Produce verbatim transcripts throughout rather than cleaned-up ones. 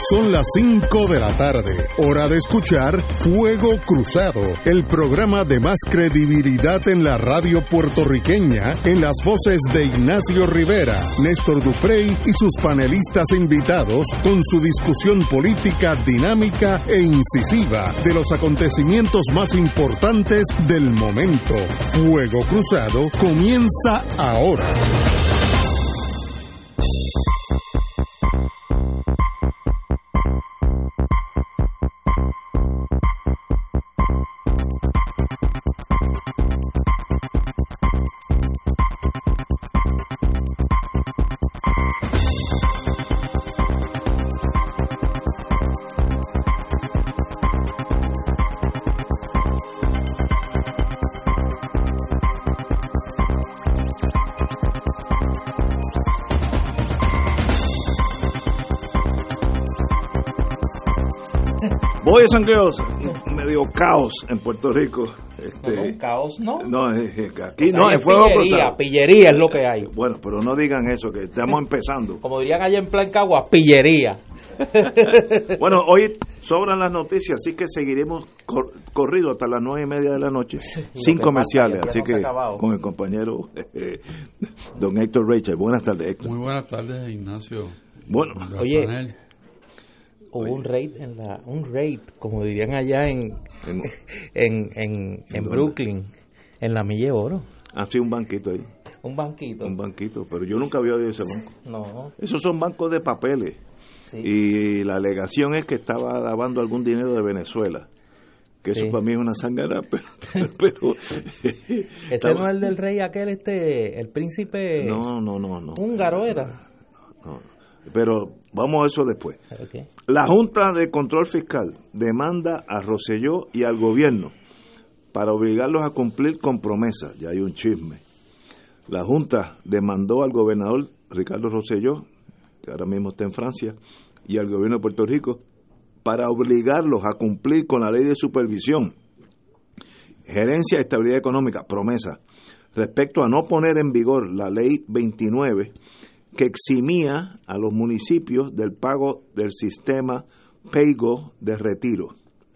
Son las cinco de la tarde, hora de escuchar Fuego Cruzado, el programa de más credibilidad en la radio puertorriqueña, en las voces de Ignacio Rivera, Néstor Duprey y sus panelistas invitados, con su discusión política dinámica e incisiva de los acontecimientos más importantes del momento. Fuego Cruzado comienza ahora. Hoy es sangueos, medio caos en Puerto Rico. Este, no, no, caos no. No, es, es, aquí no, en Fuego Cruzado. Pillería es lo que hay. Bueno, pero no digan eso, que estamos empezando. Como dirían allá en Plan Cagua, pillería. Bueno, hoy sobran las noticias, así que seguiremos cor, corrido hasta las nueve y media de la noche, sin comerciales, falta, así no que con el compañero eh, don Héctor Rachel. Buenas tardes, Héctor. Muy buenas tardes, Ignacio. Bueno, oye, hubo un raid en la, un raid, como dirían allá en en, en, en, en Brooklyn, en la Milla de Oro. Ah, sí, un banquito ahí. Un banquito. Un banquito, pero yo nunca había oído ese banco. No. Esos son bancos de papeles. Sí. Y la alegación es que estaba lavando algún dinero de Venezuela. Que sí. Eso para mí es una sangara, pero... pero ¿Ese estaba... no es el del rey aquel, este, el príncipe... No, no, no, no. ¿Húngaro era? No, no. Pero vamos a eso después. Okay. La Junta de Control Fiscal demanda a Rosselló y al gobierno para obligarlos a cumplir con promesas. Ya hay un chisme. La Junta demandó al gobernador Ricardo Rosselló, que ahora mismo está en Francia, y al gobierno de Puerto Rico para obligarlos a cumplir con la ley de supervisión, gerencia y estabilidad económica, promesa, respecto a no poner en vigor la ley veintinueve que eximía a los municipios del pago del sistema PAYGO de retiro.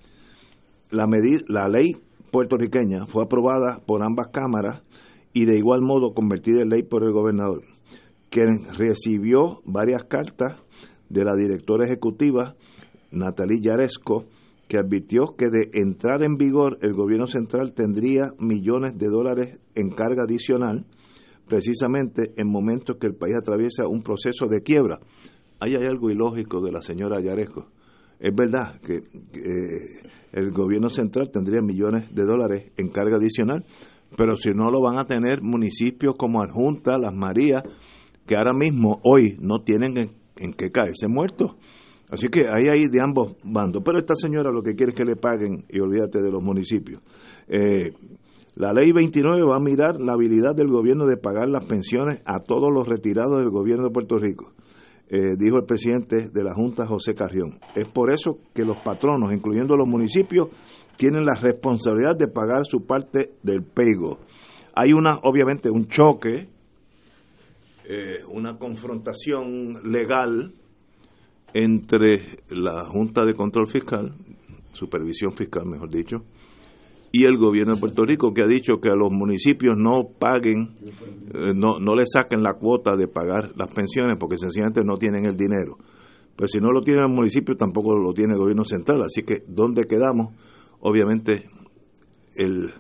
La, medida, la ley puertorriqueña fue aprobada por ambas cámaras y de igual modo convertida en ley por el gobernador, quien recibió varias cartas de la directora ejecutiva Natalie Yaresco, que advirtió que de entrar en vigor el gobierno central tendría millones de dólares en carga adicional, precisamente en momentos que el país atraviesa un proceso de quiebra. Ahí hay algo ilógico de la señora Yaresco. Es verdad que, que el gobierno central tendría millones de dólares en carga adicional, pero si no lo van a tener municipios como Adjunta, Las Marías, que ahora mismo, hoy, no tienen en, en qué caerse muertos. Así que ahí hay de ambos bandos. Pero esta señora lo que quiere es que le paguen, y olvídate de los municipios. Eh, la ley veintinueve va a mirar la habilidad del gobierno de pagar las pensiones a todos los retirados del gobierno de Puerto Rico, eh, dijo el presidente de la Junta, José Carrión. Es por eso que los patronos, incluyendo los municipios, tienen la responsabilidad de pagar su parte del PAYGO. Hay una, obviamente, un choque, eh, una confrontación legal entre la Junta de Control Fiscal, Supervisión Fiscal, mejor dicho, y el gobierno de Puerto Rico, que ha dicho que a los municipios no paguen, eh, no, no le saquen la cuota de pagar las pensiones porque sencillamente no tienen el dinero. Pero si no lo tiene el municipio, tampoco lo tiene el gobierno central. Así que, ¿dónde quedamos? Obviamente, el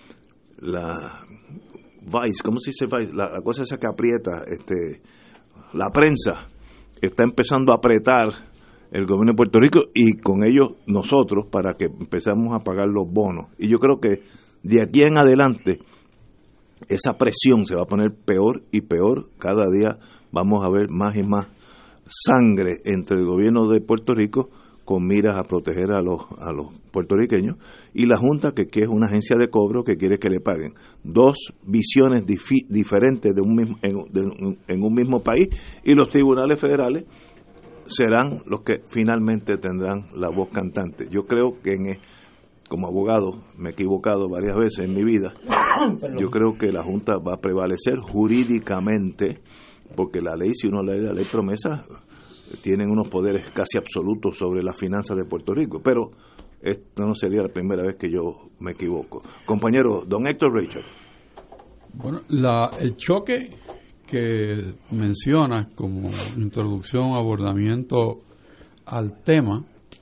la vice, ¿cómo se dice vice? La, la cosa esa que aprieta, este, la prensa está empezando a apretar el gobierno de Puerto Rico y con ello nosotros para que empezamos a pagar los bonos. Y yo creo que de aquí en adelante esa presión se va a poner peor y peor. Cada día vamos a ver más y más sangre entre el gobierno de Puerto Rico con miras a proteger a los a los puertorriqueños y la Junta, que, que es una agencia de cobro que quiere que le paguen. Dos visiones difi, diferentes de un mismo, en, de, en un mismo país, y los tribunales federales serán los que finalmente tendrán la voz cantante. Yo creo que en, como abogado me he equivocado varias veces en mi vida. Yo creo que la Junta va a prevalecer jurídicamente, porque la ley, si uno lee la ley promesa, tienen unos poderes casi absolutos sobre las finanzas de Puerto Rico. Pero esto no sería la primera vez que yo me equivoco. Compañero, don Héctor Richard. Bueno, la, el choque que mencionas como introducción, abordamiento al tema,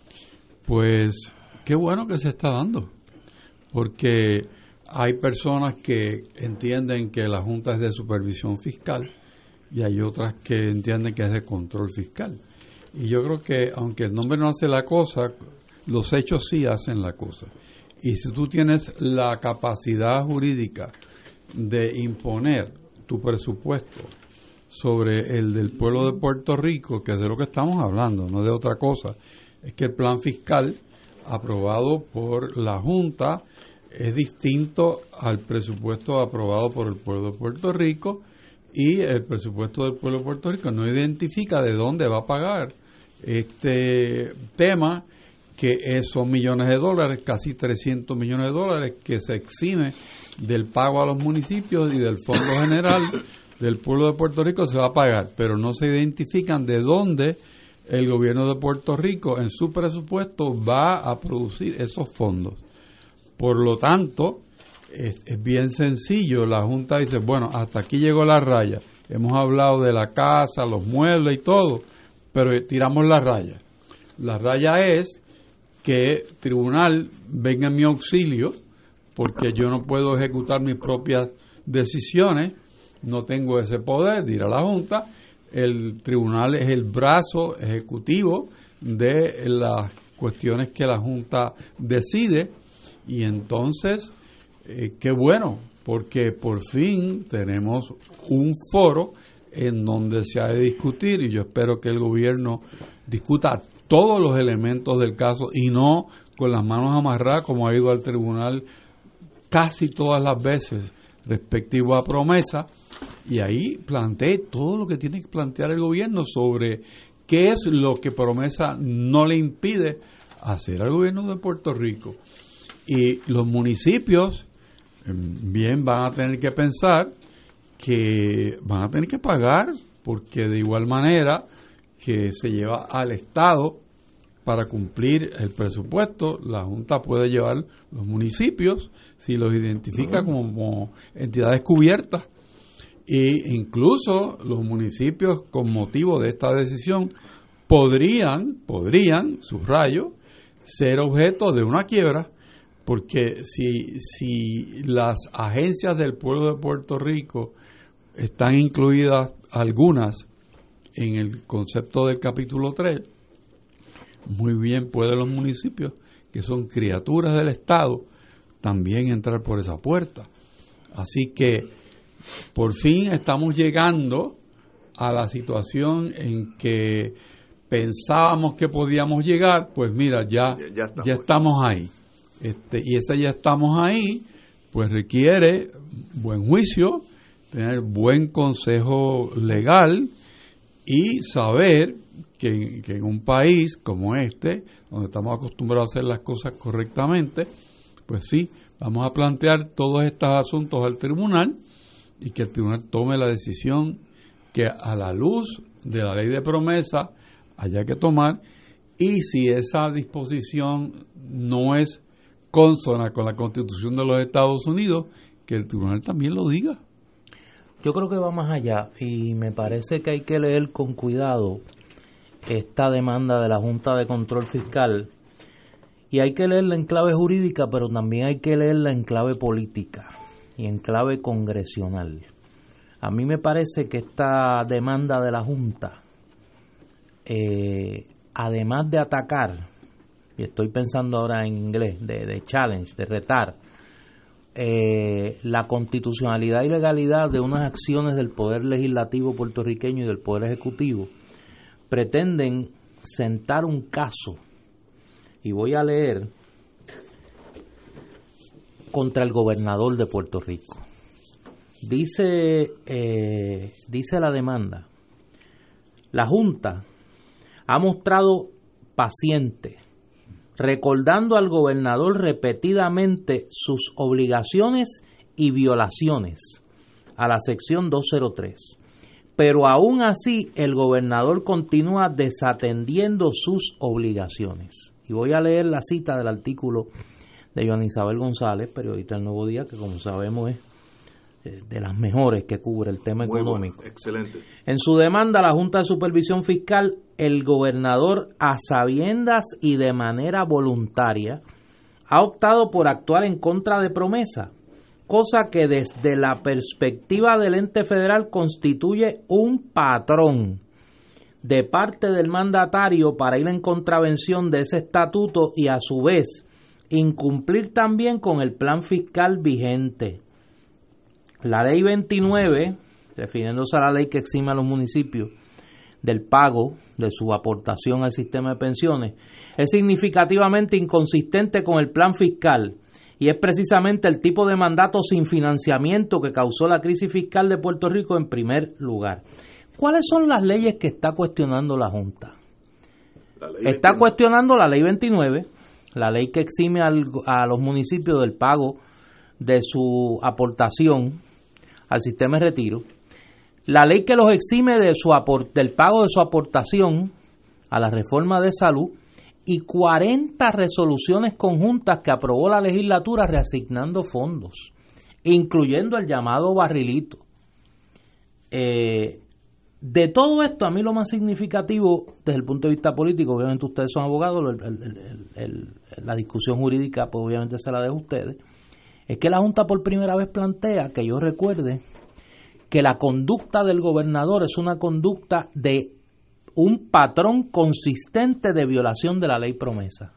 pues qué bueno que se está dando, porque hay personas que entienden que la Junta es de supervisión fiscal y hay otras que entienden que es de control fiscal. Y yo creo que aunque el nombre no hace la cosa, los hechos sí hacen la cosa. Y si tú tienes la capacidad jurídica de imponer tu presupuesto sobre el del pueblo de Puerto Rico, que es de lo que estamos hablando, no de otra cosa, es que el plan fiscal aprobado por la Junta es distinto al presupuesto aprobado por el pueblo de Puerto Rico, y el presupuesto del pueblo de Puerto Rico no identifica de dónde va a pagar este tema, que es, son millones de dólares, casi trescientos millones de dólares, que se exime del pago a los municipios y del Fondo General del pueblo de Puerto Rico se va a pagar, pero no se identifican de dónde el gobierno de Puerto Rico en su presupuesto va a producir esos fondos. Por lo tanto, es, es bien sencillo. La Junta dice, bueno, hasta aquí llegó la raya. Hemos hablado de la casa, los muebles y todo, pero tiramos la raya. La raya es que el tribunal venga en mi auxilio, porque yo no puedo ejecutar mis propias decisiones, no tengo ese poder de ir a la Junta. El tribunal es el brazo ejecutivo de las cuestiones que la Junta decide, y entonces, eh, qué bueno, porque por fin tenemos un foro en donde se ha de discutir, y yo espero que el gobierno discuta todos los elementos del caso y no con las manos amarradas como ha ido al tribunal casi todas las veces respectivo a promesa. Y ahí planteé todo lo que tiene que plantear el gobierno sobre qué es lo que promesa no le impide hacer al gobierno de Puerto Rico. Y los municipios bien van a tener que pensar que van a tener que pagar, porque de igual manera que se lleva al Estado para cumplir el presupuesto, la Junta puede llevar los municipios si los identifica como entidades cubiertas. E incluso los municipios, con motivo de esta decisión, podrían, podrían, subrayo, ser objeto de una quiebra, porque si, si las agencias del pueblo de Puerto Rico están incluidas algunas en el concepto del capítulo tres, muy bien pueden los municipios, que son criaturas del Estado, también entrar por esa puerta. Así que por fin estamos llegando a la situación en que pensábamos que podíamos llegar, pues mira, ya, ya, ya, estamos. ya estamos ahí. Este, y ese ya estamos ahí, pues requiere buen juicio, tener buen consejo legal y saber que, que en un país como este, donde estamos acostumbrados a hacer las cosas correctamente, pues sí, vamos a plantear todos estos asuntos al tribunal y que el tribunal tome la decisión que a la luz de la ley de promesa haya que tomar, y si esa disposición no es consona con la Constitución de los Estados Unidos, que el tribunal también lo diga. Yo creo que va más allá, y me parece que hay que leer con cuidado esta demanda de la Junta de Control Fiscal, y hay que leerla en clave jurídica, pero también hay que leerla en clave política y en clave congresional. A mí me parece que esta demanda de la Junta, eh, además de atacar, y estoy pensando ahora en inglés, de, de challenge, de retar, eh, la constitucionalidad y legalidad de unas acciones del Poder Legislativo puertorriqueño y del Poder Ejecutivo, pretenden sentar un caso, y voy a leer, contra el gobernador de Puerto Rico. Dice, eh, dice la demanda: la Junta ha mostrado paciente, recordando al gobernador repetidamente sus obligaciones y violaciones a la sección doscientos tres, pero aún así el gobernador continúa desatendiendo sus obligaciones. Y voy a leer la cita del artículo de Joana Isabel González, periodista del Nuevo Día, que como sabemos es de las mejores que cubre el tema Muy económico. Bueno, excelente. En su demanda a la Junta de Supervisión Fiscal, el gobernador, a sabiendas y de manera voluntaria, ha optado por actuar en contra de Promesa, cosa que desde la perspectiva del ente federal constituye un patrón de parte del mandatario para ir en contravención de ese estatuto y a su vez incumplir también con el plan fiscal vigente. La ley veintinueve, refiriéndose a la ley que exime a los municipios del pago de su aportación al sistema de pensiones, es significativamente inconsistente con el plan fiscal y es precisamente el tipo de mandato sin financiamiento que causó la crisis fiscal de Puerto Rico en primer lugar. ¿Cuáles son las leyes que está cuestionando la Junta? La ley está veintinueve. Cuestionando la ley veintinueve, la ley que exime al, a los municipios del pago de su aportación al sistema de retiro, la ley que los exime de su aport, del pago de su aportación a la reforma de salud y cuarenta resoluciones conjuntas que aprobó la legislatura reasignando fondos, incluyendo el llamado barrilito. Eh, de todo esto, a mí lo más significativo desde el punto de vista político, obviamente ustedes son abogados, el, el, el, el, la discusión jurídica pues obviamente se la dejo a ustedes, es que la Junta por primera vez plantea, que yo recuerde, que la conducta del gobernador es una conducta de un patrón consistente de violación de la ley Promesa.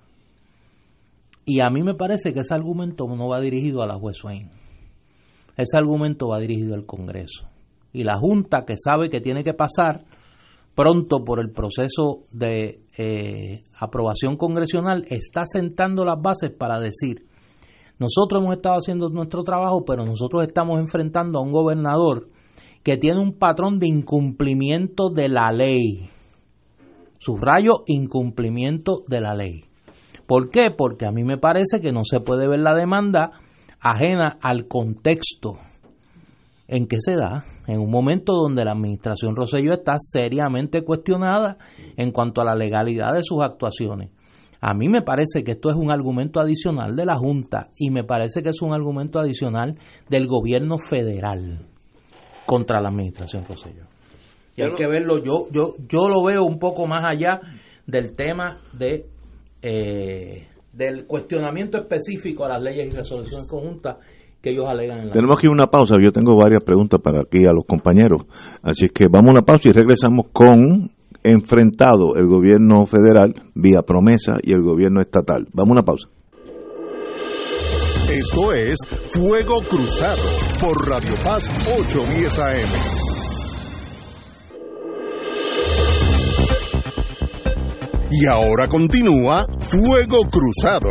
Y a mí me parece que ese argumento no va dirigido a la juez Swain. Ese argumento va dirigido al Congreso. Y la Junta, que sabe que tiene que pasar pronto por el proceso de eh, aprobación congresional, está sentando las bases para decir: nosotros hemos estado haciendo nuestro trabajo, pero nosotros estamos enfrentando a un gobernador que tiene un patrón de incumplimiento de la ley. Subrayo, incumplimiento de la ley. ¿Por qué? Porque a mí me parece que no se puede ver la demanda ajena al contexto en que se da, en un momento donde la administración Rosselló está seriamente cuestionada en cuanto a la legalidad de sus actuaciones. A mí me parece que esto es un argumento adicional de la Junta y me parece que es un argumento adicional del gobierno federal contra la administración Rosselló. Y hay que verlo, yo yo yo lo veo un poco más allá del tema de eh, del cuestionamiento específico a las leyes y resoluciones conjuntas que ellos alegan en la Tenemos aquí una pausa, yo tengo varias preguntas para aquí a los compañeros, así que vamos a una pausa y regresamos con enfrentado el gobierno federal vía Promesa y el gobierno estatal. Vamos a una pausa. Esto es Fuego Cruzado por Radio Paz ochocientos diez A M. Y ahora continúa Fuego Cruzado.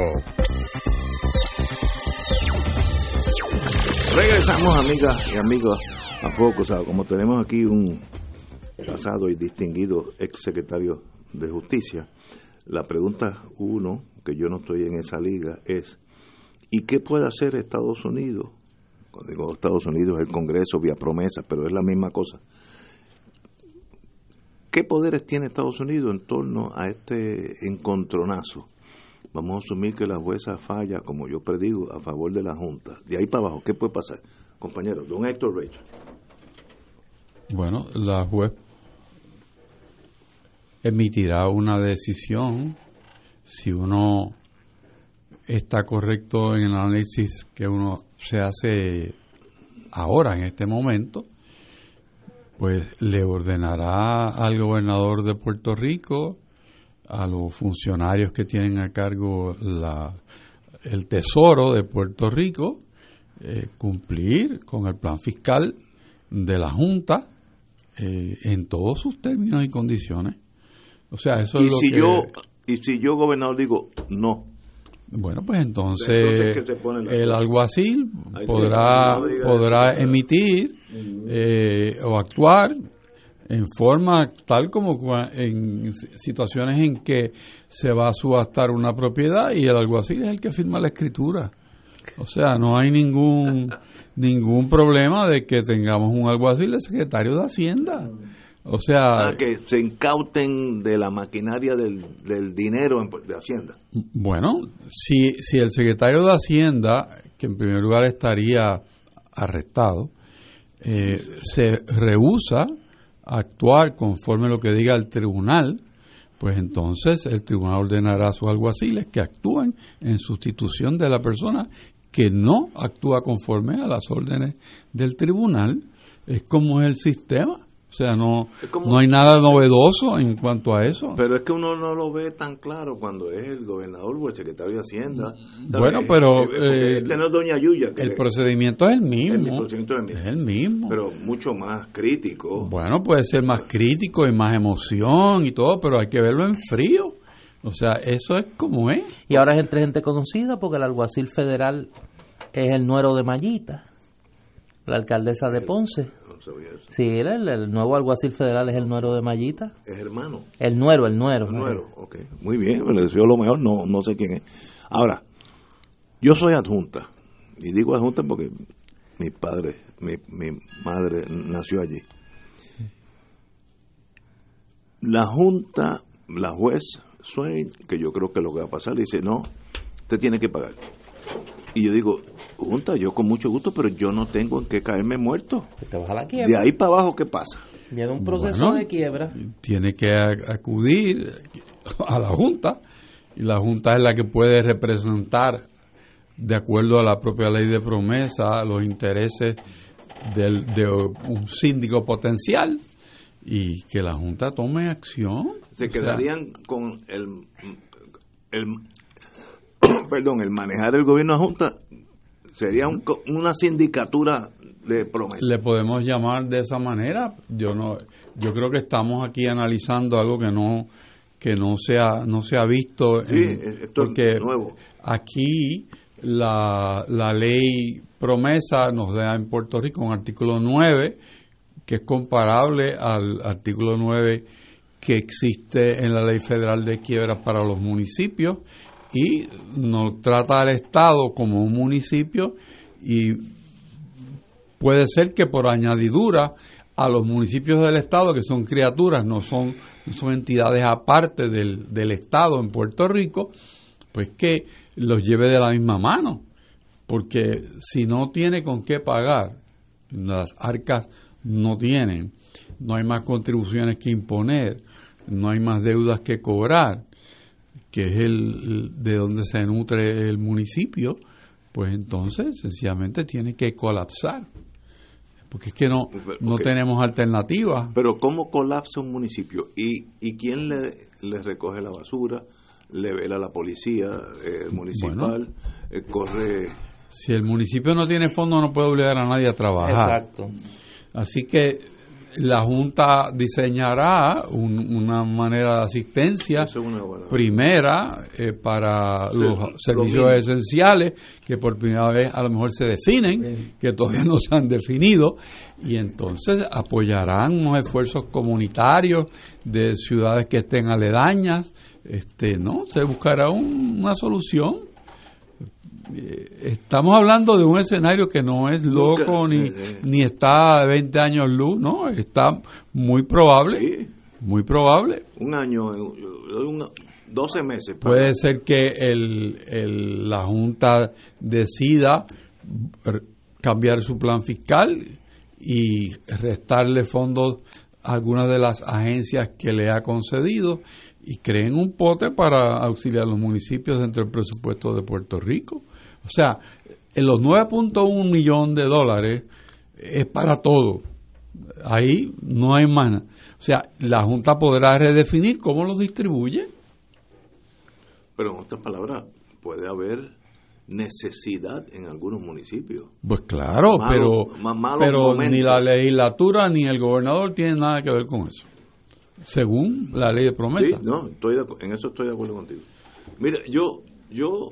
Regresamos, amigas y amigos, a Fuego Cruzado. Como tenemos aquí un pasado y distinguido ex secretario de Justicia, la pregunta uno, que yo no estoy en esa liga, es: ¿y qué puede hacer Estados Unidos? Cuando digo Estados Unidos, el Congreso vía Promesa, pero es la misma cosa. ¿Qué poderes tiene Estados Unidos en torno a este encontronazo? Vamos a asumir que la jueza falla, como yo predigo, a favor de la Junta. De ahí para abajo, ¿qué puede pasar? Compañero, don Héctor Reyes. Bueno, la juez emitirá una decisión si uno está correcto en el análisis que uno se hace ahora, en este momento. Pues le ordenará al gobernador de Puerto Rico, a los funcionarios que tienen a cargo la, el Tesoro de Puerto Rico, eh, cumplir con el plan fiscal de la Junta eh, en todos sus términos y condiciones. O sea, eso y es lo si que... Yo, y si yo, gobernador, digo no. Bueno, pues entonces, entonces el alguacil podrá, no podrá emitir eh, o actuar en forma tal como en situaciones en que se va a subastar una propiedad y el alguacil es el que firma la escritura. O sea, no hay ningún ningún problema de que tengamos un alguacil de secretario de Hacienda. O sea, ah, que se incauten de la maquinaria del, del dinero en, de Hacienda. Bueno, si, si el secretario de Hacienda, que en primer lugar estaría arrestado, eh, se rehúsa a actuar conforme lo que diga el tribunal, pues entonces el tribunal ordenará a sus alguaciles que actúen en sustitución de la persona que no actúa conforme a las órdenes del tribunal. Es como es el sistema. O sea, no, como, no hay nada novedoso en cuanto a eso. Pero es que uno no lo ve tan claro cuando es el gobernador o el secretario de Hacienda. Bueno, pero eh, este no es Doña Yuya. El procedimiento es el mismo. El procedimiento es el mismo. Es el mismo. Pero mucho más crítico. Bueno, puede ser más crítico y más emoción y todo, pero hay que verlo en frío. O sea, eso es como es. Y ahora es entre gente conocida porque el alguacil federal es el nuero de Mayita, la alcaldesa de Ponce. Sí, el, el nuevo alguacil federal es el nuero de Mayita. ¿Es hermano? El nuero, el nuero. El nuero, ok. Muy bien, me le deseo lo mejor, no, no sé quién es. Ahora, yo soy adjunta, y digo adjunta porque mi padre, mi, mi madre nació allí. La junta, la juez Swain, que yo creo que lo que va a pasar, dice, no, usted tiene que pagar. Y yo digo, junta, yo con mucho gusto, pero yo no tengo en qué caerme muerto. Te vas a la quiebra. De ahí para abajo, ¿qué pasa? Viene un proceso bueno, de quiebra. Tiene que acudir a la Junta, y la Junta es la que puede representar, de acuerdo a la propia ley de promesa, los intereses del, de un síndico potencial, y que la Junta tome acción. Se quedarían sea, con el... el perdón, el manejar el gobierno de Junta sería un, una sindicatura de promesa. Le podemos llamar de esa manera. Yo no, yo creo que estamos aquí analizando algo que no que no se ha, no se ha visto. Sí, en, esto porque es nuevo. Aquí la, la ley promesa nos da en Puerto Rico un artículo nueve que es comparable al artículo nueve que existe en la ley federal de quiebras para los municipios, y nos trata al Estado como un municipio, y puede ser que por añadidura a los municipios del Estado, que son criaturas, no son, no son entidades aparte del, del Estado en Puerto Rico, pues que los lleve de la misma mano, porque si no tiene con qué pagar, las arcas no tienen, no hay más contribuciones que imponer, no hay más deudas que cobrar, que es el de donde se nutre el municipio, pues entonces sencillamente tiene que colapsar, porque es que no no okay. tenemos alternativa. Pero ¿cómo colapsa un municipio? ¿Y, y quién le, le recoge la basura? ¿Le vela la policía eh, municipal? Bueno, eh, corre... Si el municipio no tiene fondo, no puede obligar a nadie a trabajar. Exacto. Así que la Junta diseñará un, una manera de asistencia primera eh, para sí, los servicios esenciales, que por primera vez a lo mejor se definen, sí. que todavía no se han definido, y entonces apoyarán unos esfuerzos comunitarios de ciudades que estén aledañas. Este, no, se buscará un, una solución. Estamos hablando de un escenario que no es loco ni, ni está a veinte años luz, no, está muy probable, sí. muy probable. Un año, un, doce meses. Para... Puede ser que el, el, la Junta decida cambiar su plan fiscal y restarle fondos a algunas de las agencias que le ha concedido, y creen un pote para auxiliar a los municipios dentro del presupuesto de Puerto Rico. O sea, en los nueve punto uno millones de dólares es para todo. Ahí no hay más. O sea, la Junta podrá redefinir cómo los distribuye. Pero en otras palabras, puede haber necesidad en algunos municipios. Pues claro, malo, pero, pero ni la legislatura ni el gobernador tienen nada que ver con eso, según la ley de promesa. Sí, no, estoy de, en eso estoy de acuerdo contigo. Mira, yo yo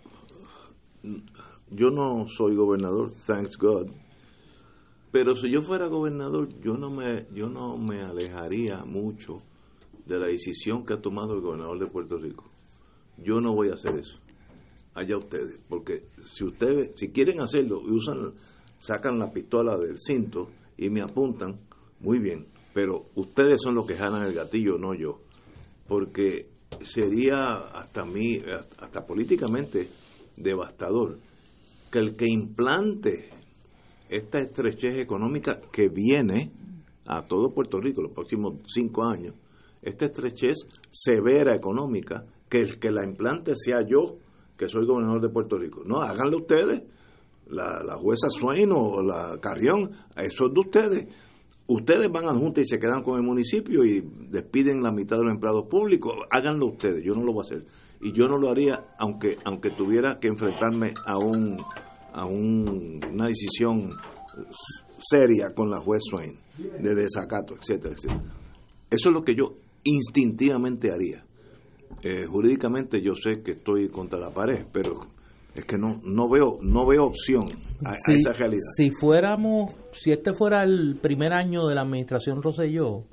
yo no soy gobernador, thanks God, pero si yo fuera gobernador, yo no me yo no me alejaría mucho de la decisión que ha tomado el gobernador de Puerto Rico. Yo no voy a hacer eso. allá ustedes, porque si ustedes, si quieren hacerlo y usan, sacan la pistola del cinto y me apuntan, muy bien, pero ustedes son los que jalan el gatillo, no yo, porque sería hasta mí, hasta políticamente devastador que el que implante esta estrechez económica que viene a todo Puerto Rico los próximos cinco años, esta estrechez severa económica, que el que la implante sea yo, que soy gobernador de Puerto Rico. No, háganlo ustedes, la, la jueza Swain o la Carrión, eso es de ustedes. Ustedes van a la Junta y se quedan con el municipio y despiden la mitad de los empleados públicos. Háganlo ustedes, yo no lo voy a hacer. Y yo no lo haría aunque aunque tuviera que enfrentarme a un a un, una decisión seria con la juez Swain, de desacato, etcétera, etcétera. Eso es lo que yo instintivamente haría. Eh, jurídicamente yo sé que estoy contra la pared, pero es que no no veo no veo opción a, si, a esa realidad. Si fuéramos, si este fuera el primer año de la administración Rosselló,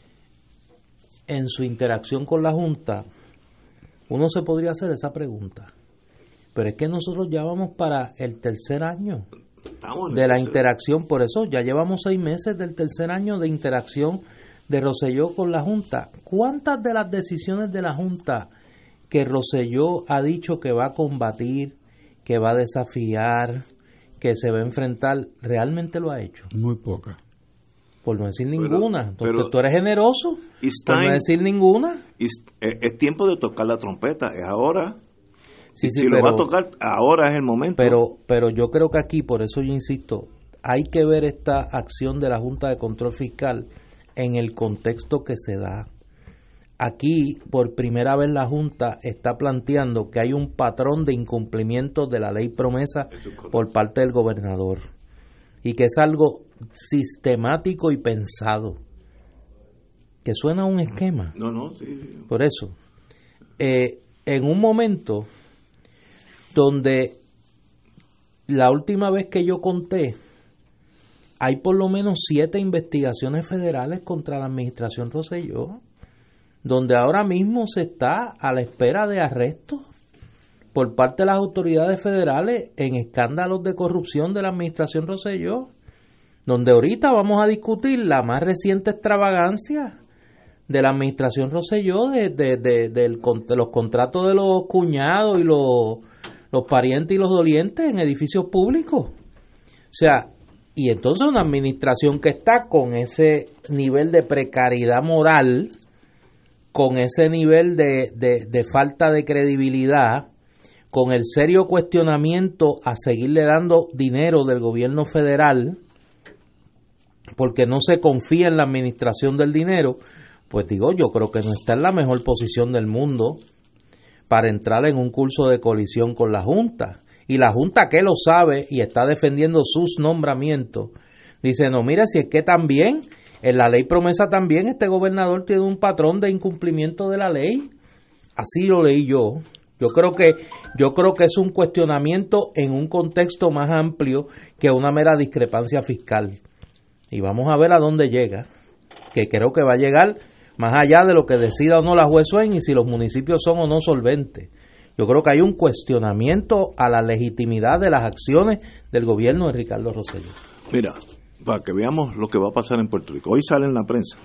en su interacción con la Junta, uno se podría hacer esa pregunta. Pero es que nosotros ya vamos para el tercer año de la interacción, por eso ya llevamos seis meses del tercer año de interacción de Rosselló con la Junta. ¿Cuántas de las decisiones de la Junta que Rosselló ha dicho que va a combatir, que va a desafiar, que se va a enfrentar, realmente lo ha hecho? Muy poca. Por no decir Pero, ninguna. Porque pero, tú eres generoso. Por time, no decir ninguna. Es, es tiempo de tocar la trompeta, es ahora. Sí, sí, si pero, lo va a tocar, ahora es el momento. Pero, pero yo creo que aquí, por eso yo insisto, hay que ver esta acción de la Junta de Control Fiscal en el contexto que se da. Aquí, por primera vez, la Junta está planteando que hay un patrón de incumplimiento de la ley promesa por parte del gobernador y que es algo sistemático y pensado, que suena a un esquema. No, no, sí. Por eso, eh, en un momento donde la última vez que yo conté, hay por lo menos siete investigaciones federales contra la administración Rosselló, donde ahora mismo se está a la espera de arrestos por parte de las autoridades federales en escándalos de corrupción de la administración Rosselló, donde ahorita vamos a discutir la más reciente extravagancia de la administración Rosselló, de, de, de, de, de los contratos de los cuñados y los, los parientes y los dolientes en edificios públicos. O sea, y entonces una administración que está con ese nivel de precariedad moral, con ese nivel de, de, de falta de credibilidad, con el serio cuestionamiento a seguirle dando dinero del gobierno federal, porque no se confía en la administración del dinero, pues digo, yo creo que no está en la mejor posición del mundo para entrar en un curso de colisión con la Junta. Y la Junta, que lo sabe y está defendiendo sus nombramientos, dice, no, mira, si es que también, en la ley promesa también este gobernador tiene un patrón de incumplimiento de la ley. Así lo leí yo. Yo creo que yo creo que es un cuestionamiento en un contexto más amplio que una mera discrepancia fiscal. Y vamos a ver a dónde llega, que creo que va a llegar más allá de lo que decida o no la juez Swain y si los municipios son o no solventes. Yo creo que hay un cuestionamiento a la legitimidad de las acciones del gobierno de Ricardo Rosselló. Mira, para que veamos lo que va a pasar en Puerto Rico. Hoy sale en la prensa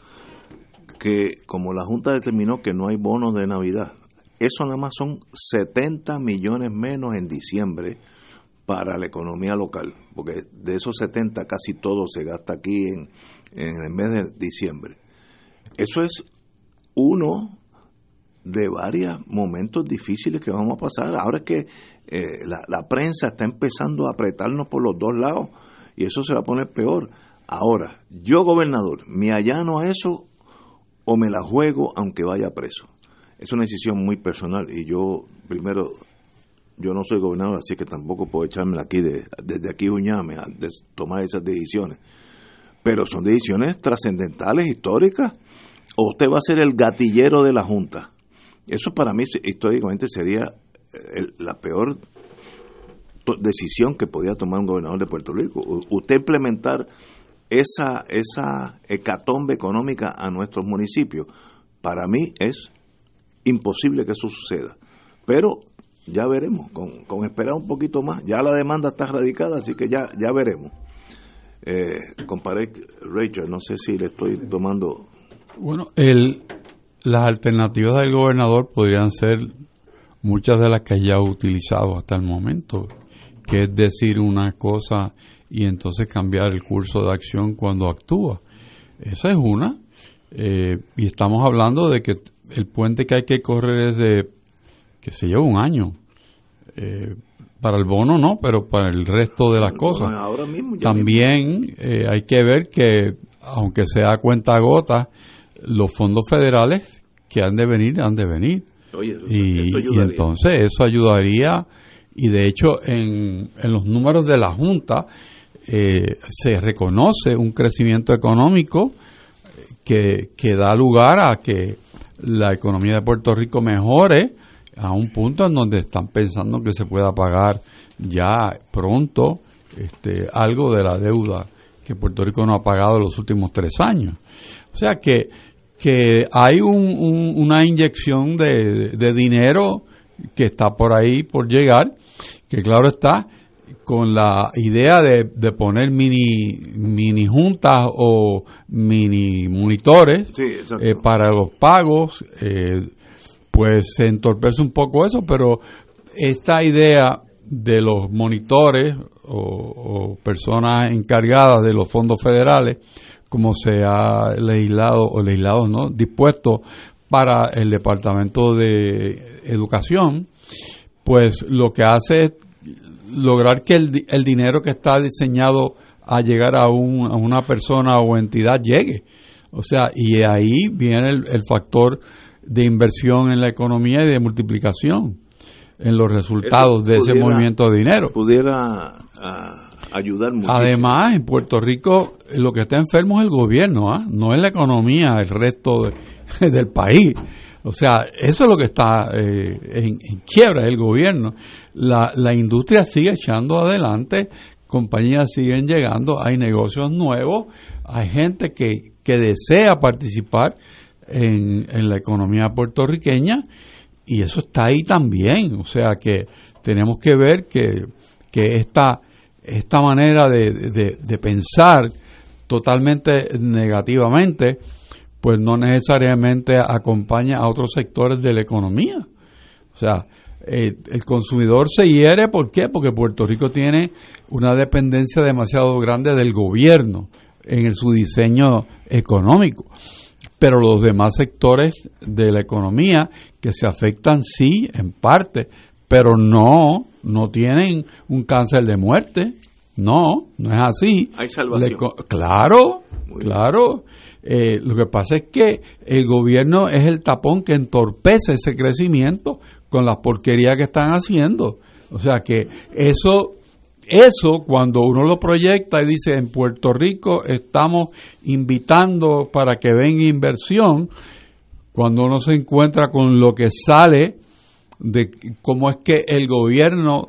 que como la Junta determinó que no hay bonos de Navidad, eso nada más son setenta millones menos en diciembre para la economía local, porque de esos setenta casi todo se gasta aquí en, en el mes de diciembre. Eso es uno de varios momentos difíciles que vamos a pasar. Ahora es que eh, la, la prensa está empezando a apretarnos por los dos lados y eso se va a poner peor. Ahora, yo gobernador, ¿me allano a eso o me la juego aunque vaya preso? Es una decisión muy personal y yo, primero, yo no soy gobernador, así que tampoco puedo echarme aquí de, desde aquí uñarme a de tomar esas decisiones. Pero son decisiones trascendentales, históricas. ¿O usted va a ser el gatillero de la Junta? Eso para mí históricamente sería el, la peor to- decisión que podía tomar un gobernador de Puerto Rico. U- usted implementar esa, esa hecatombe económica a nuestros municipios, para mí es imposible que eso suceda. Pero ya veremos, con, con esperar un poquito más. Ya la demanda está radicada, así que ya ya veremos. Eh, comparé, Rachel, no sé si le estoy tomando... Bueno, el, las alternativas del gobernador podrían ser muchas de las que ya ha utilizado hasta el momento, que es decir una cosa y entonces cambiar el curso de acción cuando actúa. Esa es una. Eh, y estamos hablando de que el puente que hay que correr es de, que se lleva un año. Eh, para el bono no, pero para el resto de las cosas. Bueno, ahora mismo, también mismo. Eh, hay que ver que, aunque sea cuenta gota, los fondos federales que han de venir, han de venir. Oye, y, y entonces eso ayudaría, y de hecho en, en los números de la Junta eh, se reconoce un crecimiento económico que, que da lugar a que la economía de Puerto Rico mejore a un punto en donde están pensando que se pueda pagar ya pronto este, algo de la deuda que Puerto Rico no ha pagado en los últimos tres años. O sea que, que hay un, un, una inyección de, de dinero que está por ahí por llegar, que claro está, con la idea de, de poner mini mini juntas o mini monitores sí, eh, para los pagos, eh, pues se entorpece un poco eso, pero esta idea de los monitores o, o personas encargadas de los fondos federales, como se ha legislado, o legislado, ¿no?, dispuesto para el Departamento de Educación, pues lo que hace es lograr que el, el dinero que está diseñado a llegar a, un, a una persona o entidad llegue. O sea, y ahí viene el, el factor de inversión en la economía y de multiplicación en los resultados Eso de pudiera, ese movimiento de dinero. Pudiera a, ayudar mucho. Además, en Puerto Rico lo que está enfermo es el gobierno, ¿eh? No es la economía, el resto de, del país. O sea, eso es lo que está eh, en, en quiebra, el gobierno. La, la industria sigue echando adelante, compañías siguen llegando, hay negocios nuevos, hay gente que, que desea participar en, en la economía puertorriqueña, y eso está ahí también. O sea que tenemos que ver que, que esta, esta manera de, de, de pensar totalmente negativamente, pues no necesariamente acompaña a otros sectores de la economía. O sea, eh, el consumidor se hiere, ¿por qué? Porque Puerto Rico tiene una dependencia demasiado grande del gobierno en el, su diseño económico. Pero los demás sectores de la economía que se afectan, sí, en parte, pero no, no tienen un cáncer de muerte. No, no es así. Hay salvación. Le, claro, claro. Eh, lo que pasa es que el gobierno es el tapón que entorpece ese crecimiento con las porquerías que están haciendo. O sea que eso, eso cuando uno lo proyecta y dice en Puerto Rico estamos invitando para que venga inversión, cuando uno se encuentra con lo que sale de cómo es que el gobierno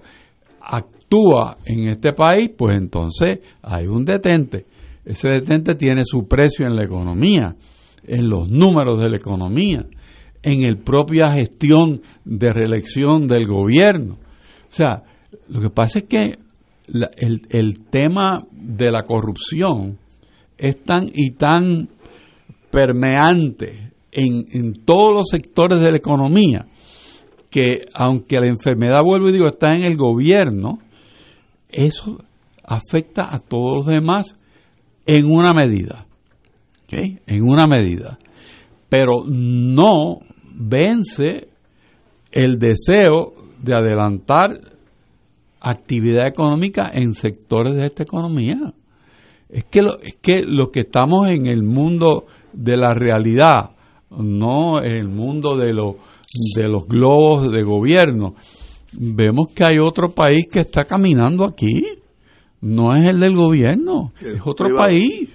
actúa en este país, pues entonces hay un detente. Ese detente tiene su precio en la economía, en los números de la economía, en la propia gestión de reelección del gobierno. O sea, lo que pasa es que la, el, el tema de la corrupción es tan y tan permeante en, en todos los sectores de la economía que, aunque la enfermedad, vuelvo y digo, está en el gobierno, eso afecta a todos los demás en una medida, ¿okay? En una medida, pero no vence el deseo de adelantar actividad económica en sectores de esta economía. Es que lo, es que los que estamos en el mundo de la realidad, no en el mundo de los de los globos de gobierno, vemos que hay otro país que está caminando aquí. No es el del gobierno, es otro privado. País.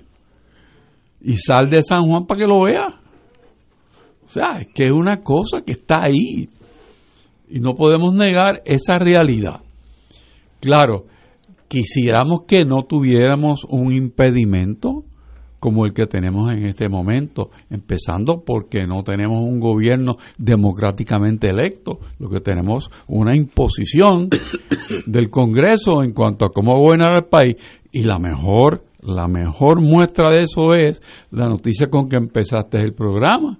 Y sal de San Juan para que lo vea. O sea, es que es una cosa que está ahí. Y no podemos negar esa realidad. Claro, quisiéramos que no tuviéramos un impedimento como el que tenemos en este momento, empezando porque no tenemos un gobierno democráticamente electo, lo que tenemos una imposición del Congreso en cuanto a cómo gobernar el país, y la mejor, la mejor muestra de eso es la noticia con que empezaste el programa.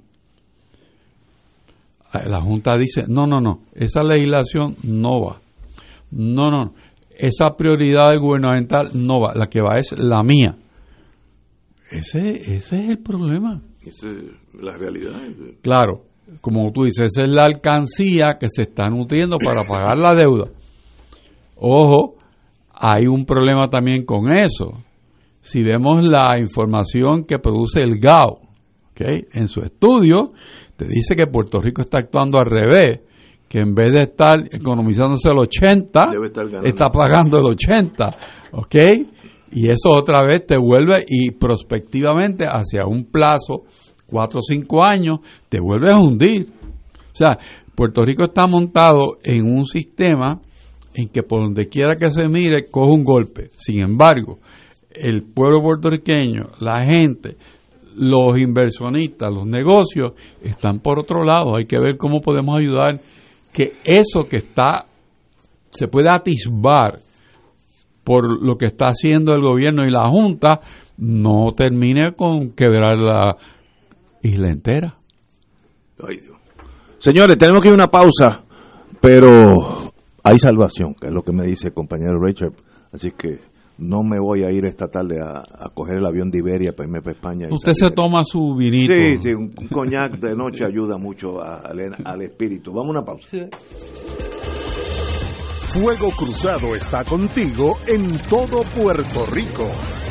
La Junta dice, no, no, no, esa legislación no va, no, no, esa prioridad gubernamental no va, la que va es la mía. Ese, ese es el problema. Esa es la realidad. Claro, como tú dices, esa es la alcancía que se está nutriendo para pagar la deuda. Ojo, hay un problema también con eso. Si vemos la información que produce el G A O, ¿okay? En su estudio, te dice que Puerto Rico está actuando al revés, que en vez de estar economizándose el ochenta, está pagando el ochenta, ¿ok? Y eso otra vez te vuelve, y prospectivamente hacia un plazo, cuatro o cinco años, te vuelves a hundir. O sea, Puerto Rico está montado en un sistema en que por donde quiera que se mire, coge un golpe. Sin embargo, el pueblo puertorriqueño, la gente, los inversionistas, los negocios, están por otro lado. Hay que ver cómo podemos ayudar que eso que está, se pueda atisbar por lo que está haciendo el gobierno y la Junta, no termine con quebrar la isla entera. Ay, Dios. Señores, tenemos que ir a una pausa, pero hay salvación, que es lo que me dice el compañero Richard, así que no me voy a ir esta tarde a, a coger el avión de Iberia para irme para España. Usted se toma su vinito. Sí, sí, un, un coñac de noche ayuda mucho a, a, al espíritu. Vamos a una pausa. Sí. Fuego Cruzado está contigo en todo Puerto Rico.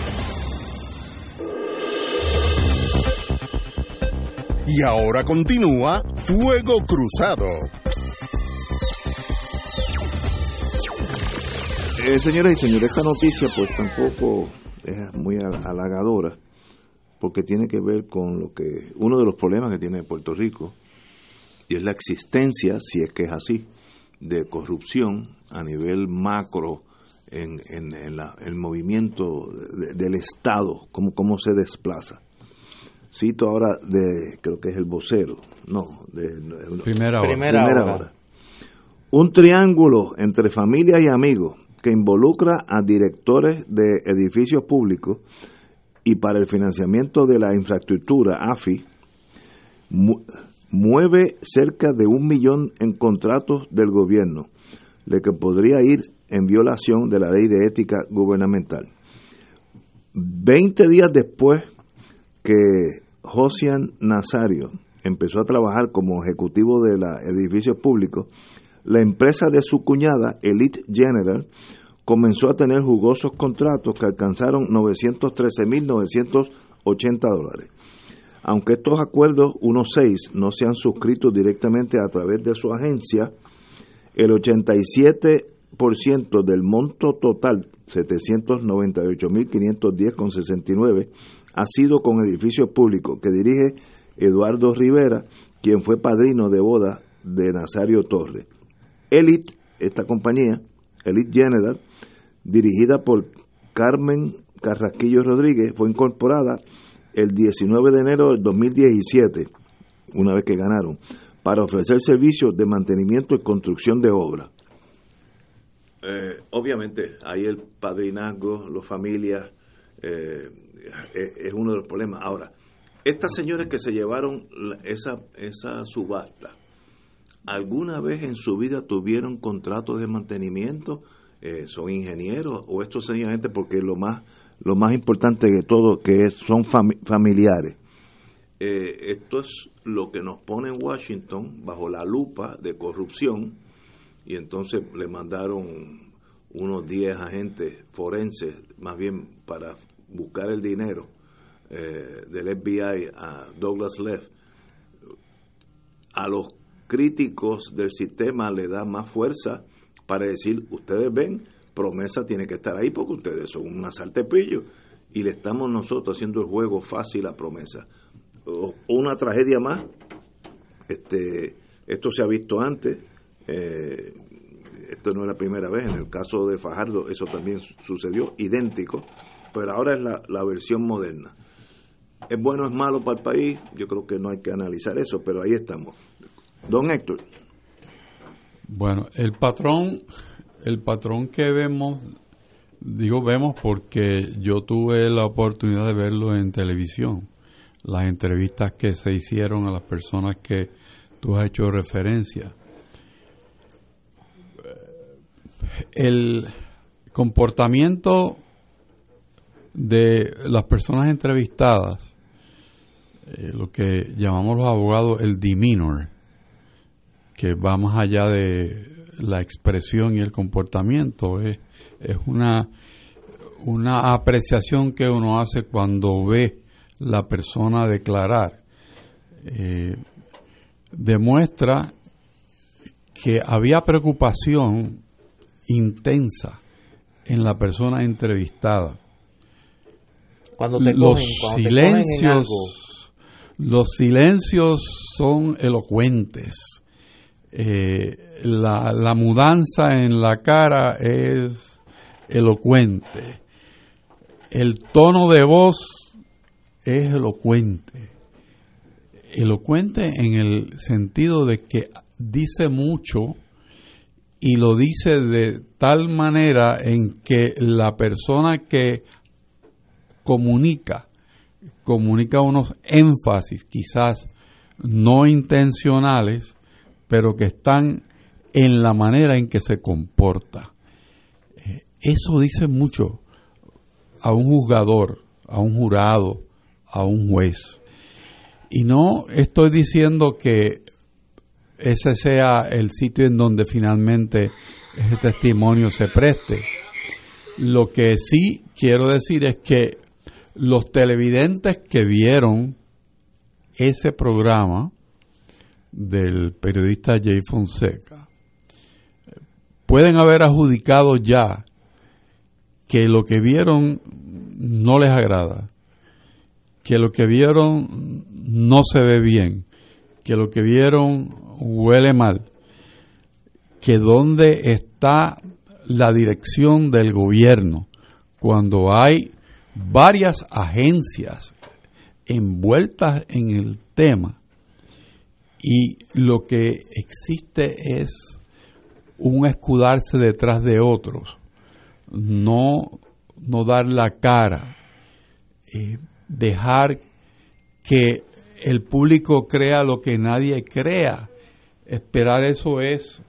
Y ahora continúa Fuego Cruzado. Eh, señoras y señores, esta noticia pues tampoco es muy halagadora, porque tiene que ver con lo que uno de los problemas que tiene Puerto Rico, y es la existencia, si es que es así, de corrupción a nivel macro en, en, en la, el movimiento de, del Estado, cómo, cómo se desplaza. Cito ahora de, creo que es el vocero, no, de, de primera, hora. primera, primera hora. hora. Un triángulo entre familia y amigos que involucra a directores de edificios públicos y para el financiamiento de la infraestructura, A F I, mu- mueve cerca de un millón en contratos del gobierno, lo que podría ir en violación de la ley de ética gubernamental. Veinte días después que Josian Nazario empezó a trabajar como ejecutivo de los edificios públicos, la empresa de su cuñada, Elite General, comenzó a tener jugosos contratos que alcanzaron novecientos trece mil novecientos ochenta dólares. Aunque estos acuerdos, unos seis, no se han suscrito directamente a través de su agencia, el ochenta y siete por ciento del monto total, setecientos noventa y ocho mil quinientos diez con sesenta y nueve, ha sido con edificios públicos que dirige Eduardo Rivera, quien fue padrino de boda de Nazario Torres. Elite, esta compañía, Elite General, dirigida por Carmen Carrasquillo Rodríguez, fue incorporada el diecinueve de enero del dos mil diecisiete, una vez que ganaron, para ofrecer servicios de mantenimiento y construcción de obras. Eh, obviamente, ahí el padrinazgo, las familias, eh, es, es uno de los problemas. Ahora, estas señoras que se llevaron esa, esa subasta, ¿alguna vez en su vida tuvieron contratos de mantenimiento? Eh, ¿Son ingenieros? ¿O esto sencillamente porque lo más lo más importante de todo que es, son fami- familiares? Eh, esto es lo que nos pone en Washington bajo la lupa de corrupción, y entonces le mandaron unos diez agentes forenses, más bien para buscar el dinero eh, del F B I a Douglas Leff. A los críticos del sistema le da más fuerza para decir, ustedes ven, Promesa tiene que estar ahí porque ustedes son un asaltepillo, y le estamos nosotros haciendo el juego fácil a Promesa. O, una tragedia más, este esto se ha visto antes, eh, esto no es la primera vez, en el caso de Fajardo eso también sucedió, idéntico, pero ahora es la, la versión moderna. ¿Es bueno o es malo para el país? Yo creo que no hay que analizar eso, pero ahí estamos. Don Héctor. Bueno, el patrón, el patrón que vemos, digo vemos porque yo tuve la oportunidad de verlo en televisión, las entrevistas que se hicieron a las personas que tú has hecho referencia. El comportamiento de las personas entrevistadas, eh, lo que llamamos los abogados el demeanor, que va más allá de la expresión y el comportamiento, es, es una, una apreciación que uno hace cuando ve la persona declarar. Eh, demuestra que había preocupación intensa en la persona entrevistada. Cuando te los cogen, cuando silencios, te cogen en algo. Los silencios son elocuentes. Eh, la, la mudanza en la cara es elocuente. El tono de voz es elocuente. Elocuente en el sentido de que dice mucho y lo dice de tal manera en que la persona que comunica, comunica unos énfasis quizás no intencionales, pero que están en la manera en que se comporta. Eh, eso dice mucho a un juzgador, a un jurado, a un juez. Y no estoy diciendo que ese sea el sitio en donde finalmente ese testimonio se preste. Lo que sí quiero decir es que los televidentes que vieron ese programa del periodista Jay Fonseca pueden haber adjudicado ya que lo que vieron no les agrada, que lo que vieron no se ve bien, que lo que vieron huele mal, que dónde está la dirección del gobierno cuando hay varias agencias envueltas en el tema y lo que existe es un escudarse detrás de otros, no, no dar la cara, eh, dejar que el público crea lo que nadie crea. Esperar eso es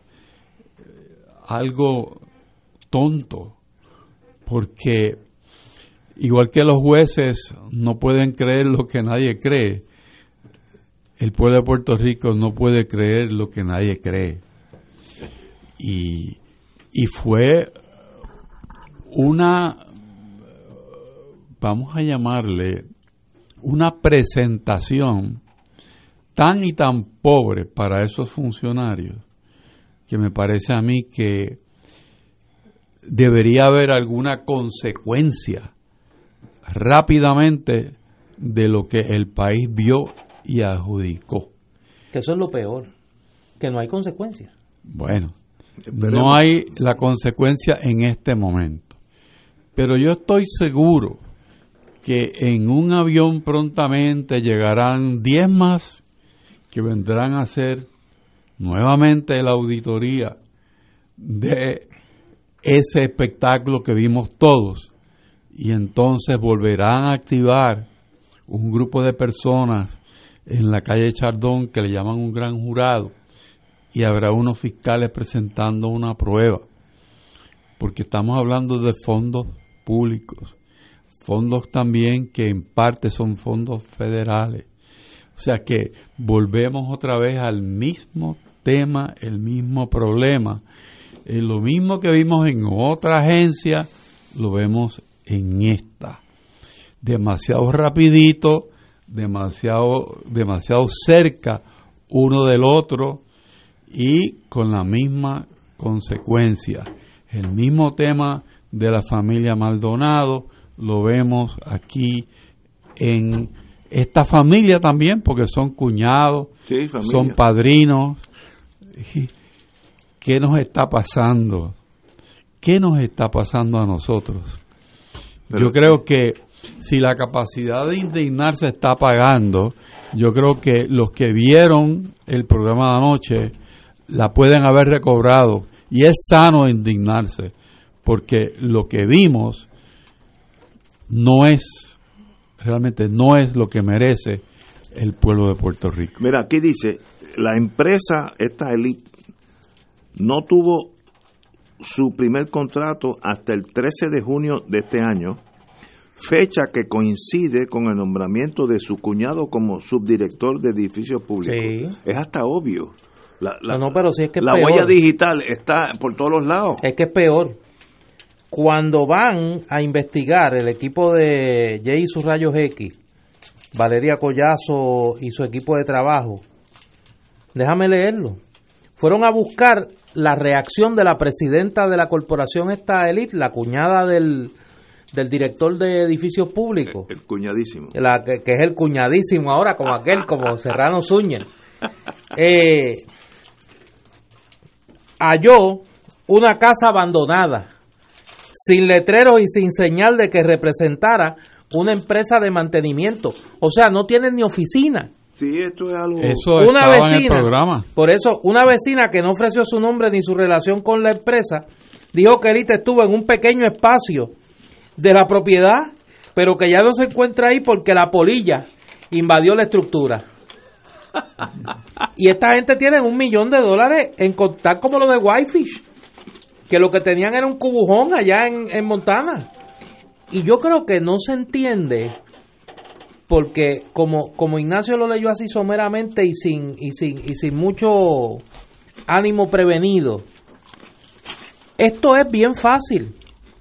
algo tonto, porque igual que los jueces no pueden creer lo que nadie cree, el pueblo de Puerto Rico no puede creer lo que nadie cree. Y, y fue una, vamos a llamarle, una presentación tan y tan pobre para esos funcionarios que me parece a mí que debería haber alguna consecuencia rápidamente de lo que el país vio y adjudicó. Que eso es lo peor, que no hay consecuencias. Bueno, no hay la consecuencia en este momento, pero yo estoy seguro que en un avión prontamente llegarán diez más que vendrán a hacer nuevamente la auditoría de ese espectáculo que vimos todos, y entonces volverán a activar un grupo de personas en la calle Chardón que le llaman un gran jurado, y habrá unos fiscales presentando una prueba, porque estamos hablando de fondos públicos, fondos también que en parte son fondos federales. O sea que volvemos otra vez al mismo tema, el mismo problema. Eh, lo mismo que vimos en otra agencia, lo vemos en esta. Demasiado rapidito, demasiado, demasiado cerca uno del otro y con la misma consecuencia. El mismo tema de la familia Maldonado lo vemos aquí en esta familia también, porque son cuñados, sí, son padrinos. ¿Qué nos está pasando? ¿Qué nos está pasando a nosotros? Pero, Yo creo que Si la capacidad de indignarse está apagando, yo creo que los que vieron el programa de anoche la pueden haber recobrado, y es sano indignarse, porque lo que vimos no es, realmente no es lo que merece el pueblo de Puerto Rico. Mira, aquí dice, la empresa, esta elite, no tuvo su primer contrato hasta el trece de junio de este año, fecha que coincide con el nombramiento de su cuñado como subdirector de edificios públicos. Sí. Es hasta obvio. La, la, no, no, pero sí es que es la peor. huella digital está por todos los lados. Es que es peor. Cuando van a investigar el equipo de J y sus rayos X, Valeria Collazo y su equipo de trabajo, déjame leerlo. Fueron a buscar la reacción de la presidenta de la corporación esta elite, la cuñada del, del director de edificios públicos. El, el cuñadísimo. La, que, que es el cuñadísimo ahora, como aquel, como Serrano Zúñez. Eh, halló una casa abandonada, sin letreros y sin señal de que representara una empresa de mantenimiento. O sea, no tienen ni oficina. Sí, esto es algo... Eso una estaba vecina, en el programa. Por eso, una vecina que no ofreció su nombre ni su relación con la empresa, dijo que Elite estuvo en un pequeño espacio de la propiedad, pero que ya no se encuentra ahí porque la polilla invadió la estructura. Y esta gente tiene un millón de dólares en contar como lo de Whitefish, que lo que tenían era un cubujón allá en, en Montana. Y yo creo que no se entiende, porque como, como Ignacio lo leyó así someramente y sin, y sin, y sin mucho ánimo prevenido, esto es bien fácil.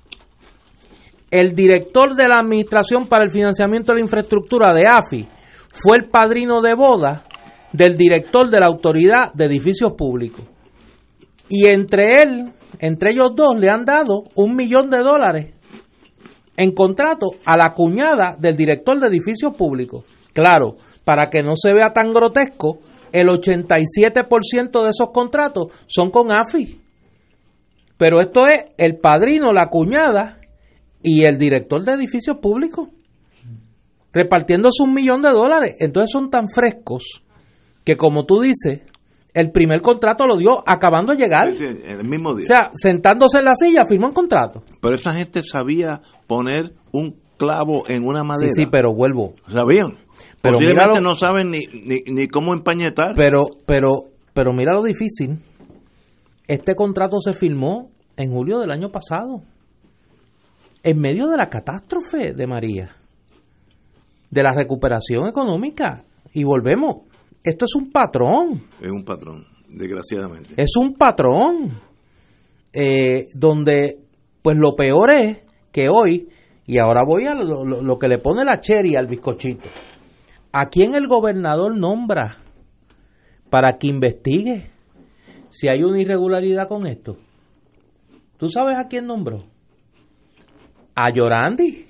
El director de la Administración para el Financiamiento de la Infraestructura de A F I fue el padrino de boda del director de la Autoridad de Edificios Públicos. Y entre él, entre ellos dos, le han dado un millón de dólares en contrato a la cuñada del director de Edificios Públicos. Claro, para que no se vea tan grotesco, el ochenta y siete por ciento de esos contratos son con A F I. Pero esto es el padrino, la cuñada y el director de Edificios Públicos repartiéndose un millón de dólares. Entonces son tan frescos que, como tú dices, el primer contrato lo dio acabando de llegar. Sí, sí, el mismo día. O sea, sentándose en la silla, firmó un contrato. Pero esa gente sabía poner un clavo en una madera. Sí, sí, pero vuelvo. ¿Sabían? Pero posiblemente míralo, no saben ni, ni, ni cómo empañetar. Pero, pero, pero mira lo difícil. Este contrato se firmó en julio del año pasado, en medio de la catástrofe de María, de la recuperación económica. Y volvemos. Esto es un patrón. Es un patrón, desgraciadamente. Es un patrón. Eh, donde, pues lo peor es que hoy, y ahora voy a lo, lo, lo que le pone la cherry al bizcochito. ¿A quién el gobernador nombra para que investigue si hay una irregularidad con esto? ¿Tú sabes a quién nombró? A Yorandi.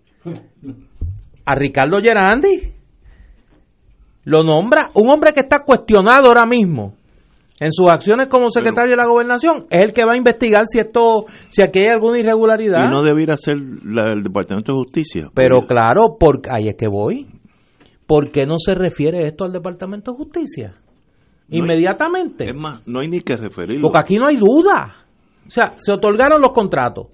A Ricardo Gerandi. Lo nombra un hombre que está cuestionado ahora mismo en sus acciones como secretario Pero, de la Gobernación. Es el que va a investigar si esto, si aquí hay alguna irregularidad. Y no debiera ser la, el Departamento de Justicia. Pero porque... claro, porque ahí es que voy. ¿Por qué no se refiere esto al Departamento de Justicia? No Inmediatamente. Hay, es más, no hay ni que referirlo. Porque aquí no hay duda. O sea, se otorgaron los contratos.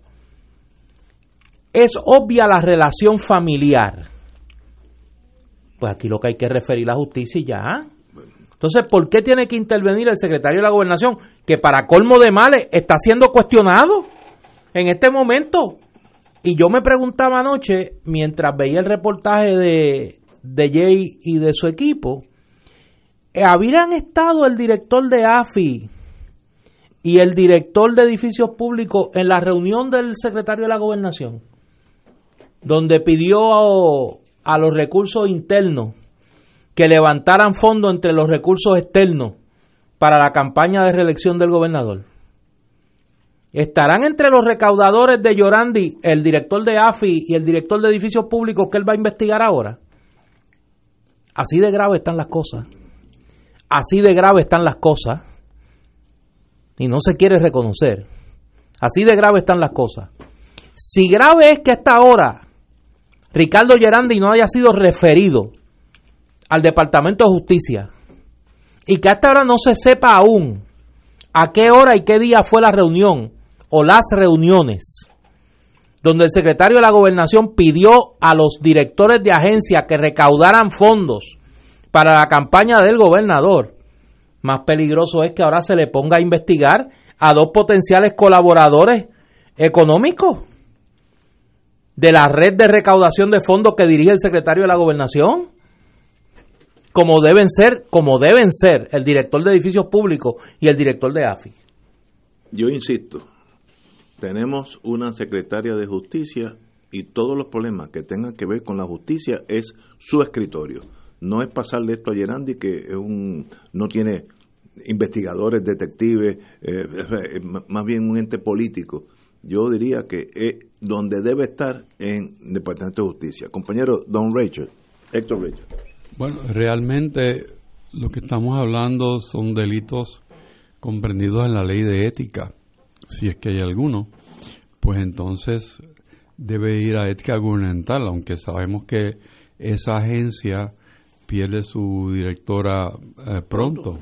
Es obvia la relación familiar. Pues aquí lo que hay que referir a la justicia y ya. Entonces, ¿por qué tiene que intervenir el secretario de la Gobernación, que para colmo de males está siendo cuestionado en este momento? Y yo me preguntaba anoche, mientras veía el reportaje de, de Jay y de su equipo, ¿habrían estado el director de A F I y el director de edificios públicos en la reunión del secretario de la Gobernación, donde pidió a, a los recursos internos que levantaran fondos entre los recursos externos para la campaña de reelección del gobernador? ¿Estarán entre los recaudadores de Yorandi el director de A F I y el director de edificios públicos que él va a investigar ahora? Así de grave están las cosas. Así de grave están las cosas. Y no se quiere reconocer. Así de grave están las cosas. Si grave es que hasta ahora Ricardo Gerandi no haya sido referido al Departamento de Justicia y que hasta ahora no se sepa aún a qué hora y qué día fue la reunión o las reuniones donde el secretario de la Gobernación pidió a los directores de agencia que recaudaran fondos para la campaña del gobernador. Más peligroso es que ahora se le ponga a investigar a dos potenciales colaboradores económicos de la red de recaudación de fondos que dirige el secretario de la Gobernación, como deben ser, como deben ser el director de edificios públicos y el director de A F I. Yo insisto, tenemos una secretaria de justicia y todos los problemas que tengan que ver con la justicia es su escritorio. No es pasarle esto a Gerandi, que es un, no tiene investigadores, detectives, eh, más bien un ente político. Yo diría que es donde debe estar en el Departamento de Justicia. Compañero Don Rachel, Héctor Rachel. Bueno, realmente lo que estamos hablando son delitos comprendidos en la ley de ética. Si es que hay alguno, pues entonces debe ir a ética gubernamental, aunque sabemos que esa agencia pierde su directora eh, pronto.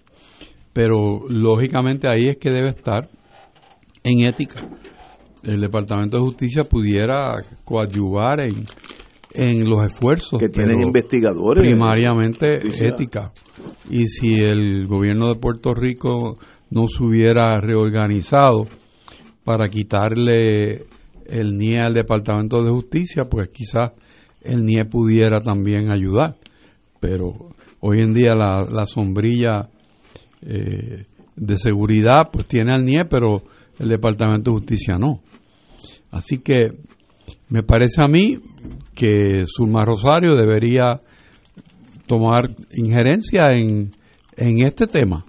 Pero lógicamente ahí es que debe estar en ética. El Departamento de Justicia pudiera coadyuvar en, en los esfuerzos. Que tienen investigadores. Primariamente ética. Y si el gobierno de Puerto Rico no se hubiera reorganizado para quitarle el N I E al Departamento de Justicia, pues quizás el N I E pudiera también ayudar. Pero hoy en día la, la sombrilla eh, de seguridad pues tiene al N I E, pero el Departamento de Justicia no. Así que me parece a mí que Zulma Rosario debería tomar injerencia en, en este tema,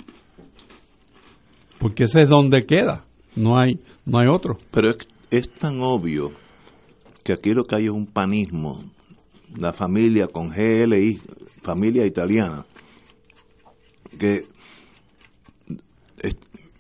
porque ese es donde queda, no hay no hay otro. Pero es, es tan obvio que aquí lo que hay es un panismo, la familia con G L I, familia italiana, que es,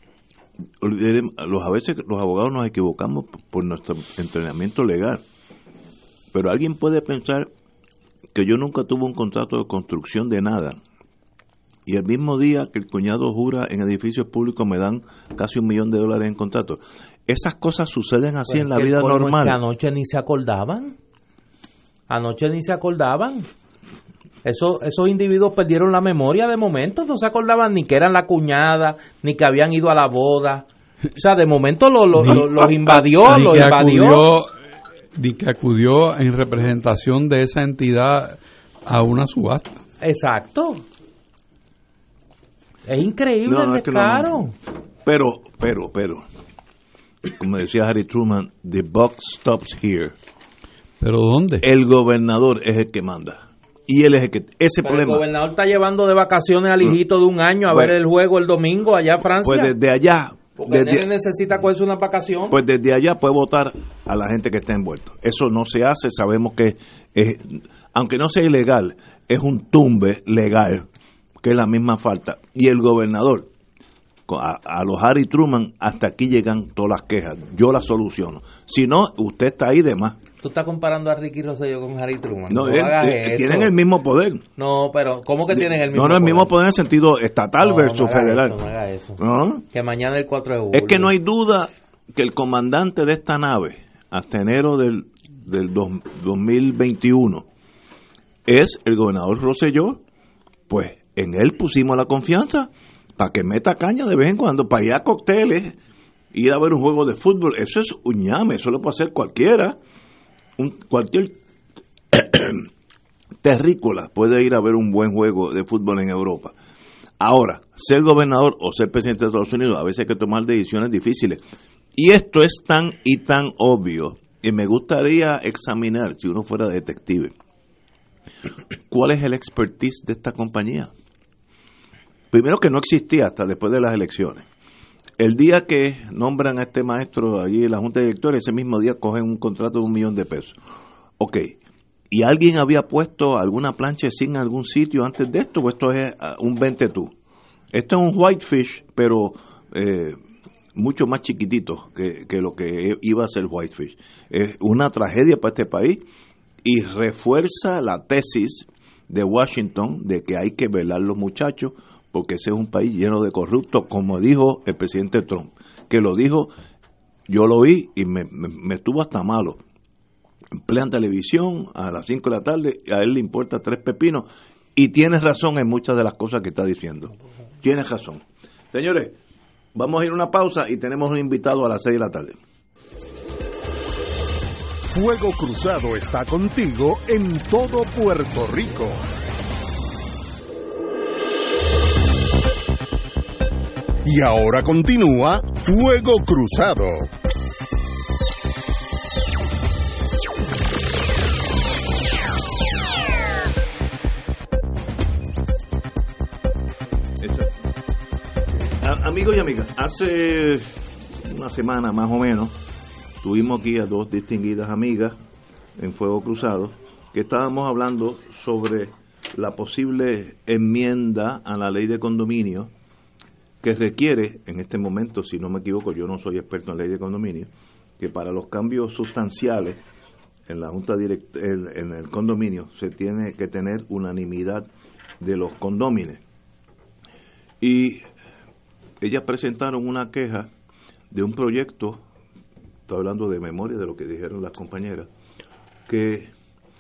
los, a veces los abogados nos equivocamos por nuestro entrenamiento legal, pero alguien puede pensar que yo nunca tuve un contrato de construcción de nada y el mismo día que el cuñado jura en edificios públicos me dan casi un millón de dólares en contrato. Esas cosas suceden así pues en la vida normal. Que anoche ni se acordaban, anoche ni se acordaban. Eso, esos individuos perdieron la memoria de momento, no se acordaban ni que eran la cuñada, ni que habían ido a la boda. O sea, de momento lo, lo, lo, los invadió, los invadió. Ni que acudió en representación de esa entidad a una subasta. Exacto. Es increíble no, no, el descaro. No, no. Pero, pero, pero, como decía Harry Truman, the buck stops here. ¿Pero dónde? El gobernador es el que manda. Y él es el que... Ese Pero problema... el gobernador está llevando de vacaciones al hijito de un año a pues, ver el juego el domingo allá en Francia. Pues desde allá... Porque desde, él necesita cogerse una vacación. Pues desde allá puede votar a la gente que está envuelta. Eso no se hace, sabemos que es, aunque no sea ilegal, es un tumbe legal, que es la misma falta. Y el gobernador, a, a los Harry Truman, hasta aquí llegan todas las quejas. Yo las soluciono. Si no, usted está ahí de más. Tú estás comparando a Ricky Rosselló con Harry Truman. No, no él, hagas él, eso. Tienen el mismo poder. No, pero ¿cómo que tienen el mismo poder? No, no, el mismo poder? poder en el sentido estatal no, versus no federal. Eso, no haga eso. ¿No? Que mañana el cuatro de julio. Es que no hay duda que el comandante de esta nave, hasta enero del, del dos, dos mil veintiuno, es el gobernador Rosselló. Pues en él pusimos la confianza para que meta caña de vez en cuando, para ir a cócteles, ir a ver un juego de fútbol. Eso es un ñame, eso lo puede hacer cualquiera. Un, cualquier terrícola puede ir a ver un buen juego de fútbol en Europa. Ahora, ser gobernador o ser presidente de Estados Unidos, a veces hay que tomar decisiones difíciles. Y esto es tan y tan obvio, y me gustaría examinar, si uno fuera detective, cuál es el expertise de esta compañía. Primero, que no existía hasta después de las elecciones. El día que nombran a este maestro allí en la Junta de Directores, ese mismo día cogen un contrato de un millón de pesos. Ok, ¿y alguien había puesto alguna plancha sin algún sitio antes de esto? Pues esto es un vente tú. Esto es un Whitefish, pero eh, mucho más chiquitito que, que lo que iba a ser Whitefish. Es una tragedia para este país. y refuerza la tesis de Washington de que hay que velar los muchachos porque ese es un país lleno de corruptos, como dijo el presidente Trump, que lo dijo, yo lo vi y me, me, me estuvo hasta malo. En plena televisión, a las cinco de la tarde, a él le importa tres pepinos, y tienes razón en muchas de las cosas que está diciendo. Tienes razón. Señores, vamos a ir a una pausa y tenemos un invitado a las seis de la tarde. Fuego Cruzado está contigo en todo Puerto Rico. Y ahora continúa Fuego Cruzado. Amigos y amigas, hace una semana más o menos tuvimos aquí a dos distinguidas amigas en Fuego Cruzado que estábamos hablando sobre la posible enmienda a la ley de condominio que requiere en este momento, si no me equivoco, yo no soy experto en ley de condominio, que para los cambios sustanciales en la junta direct, en, en el condominio se tiene que tener unanimidad de los condómines. Y ellas presentaron una queja de un proyecto, estoy hablando de memoria de lo que dijeron las compañeras, que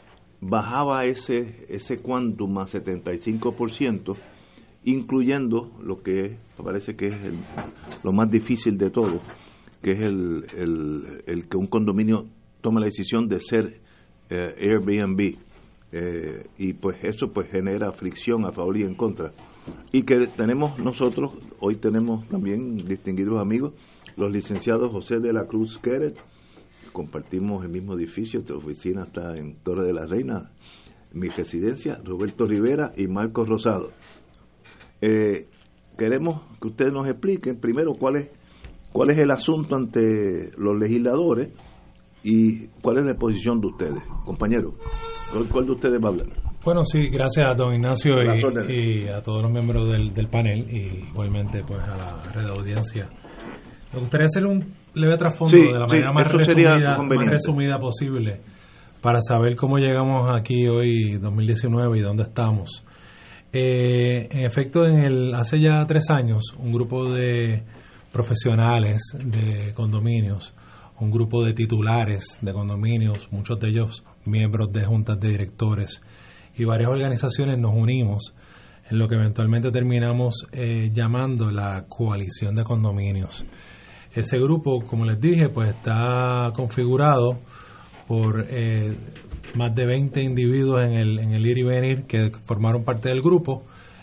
bajaba ese ese quantum a setenta y cinco por ciento, incluyendo lo que parece que es el, lo más difícil de todo, que es el, el, el que un condominio tome la decisión de ser eh, Airbnb. Eh, y pues eso pues genera fricción a favor y en contra, y que tenemos nosotros hoy tenemos también distinguidos amigos, los licenciados José de la Cruz Queret, compartimos el mismo edificio, esta oficina está en Torre de la Reina, mi residencia, Roberto Rivera y Marcos Rosado. Eh, queremos que ustedes nos expliquen primero cuál es cuál es el asunto ante los legisladores y cuál es la posición de ustedes, compañeros. ¿Cuál, cuál de ustedes va a hablar? Bueno, sí, gracias a don Ignacio y, y a todos los miembros del, del panel y igualmente pues a la red de audiencia. Me gustaría hacer un leve trasfondo sí, de la manera sí, más, resumida, más resumida posible para saber cómo llegamos aquí hoy, dos mil diecinueve, y dónde estamos. Eh, en efecto, en el hace ya tres años, un grupo de profesionales de condominios, un grupo de titulares de condominios, muchos de ellos miembros de juntas de directores y varias organizaciones nos unimos en lo que eventualmente terminamos eh, llamando la Coalición de Condominios. Ese grupo, como les dije, pues está configurado por eh, más de veinte individuos en el, en el ir y venir que formaron parte del grupo,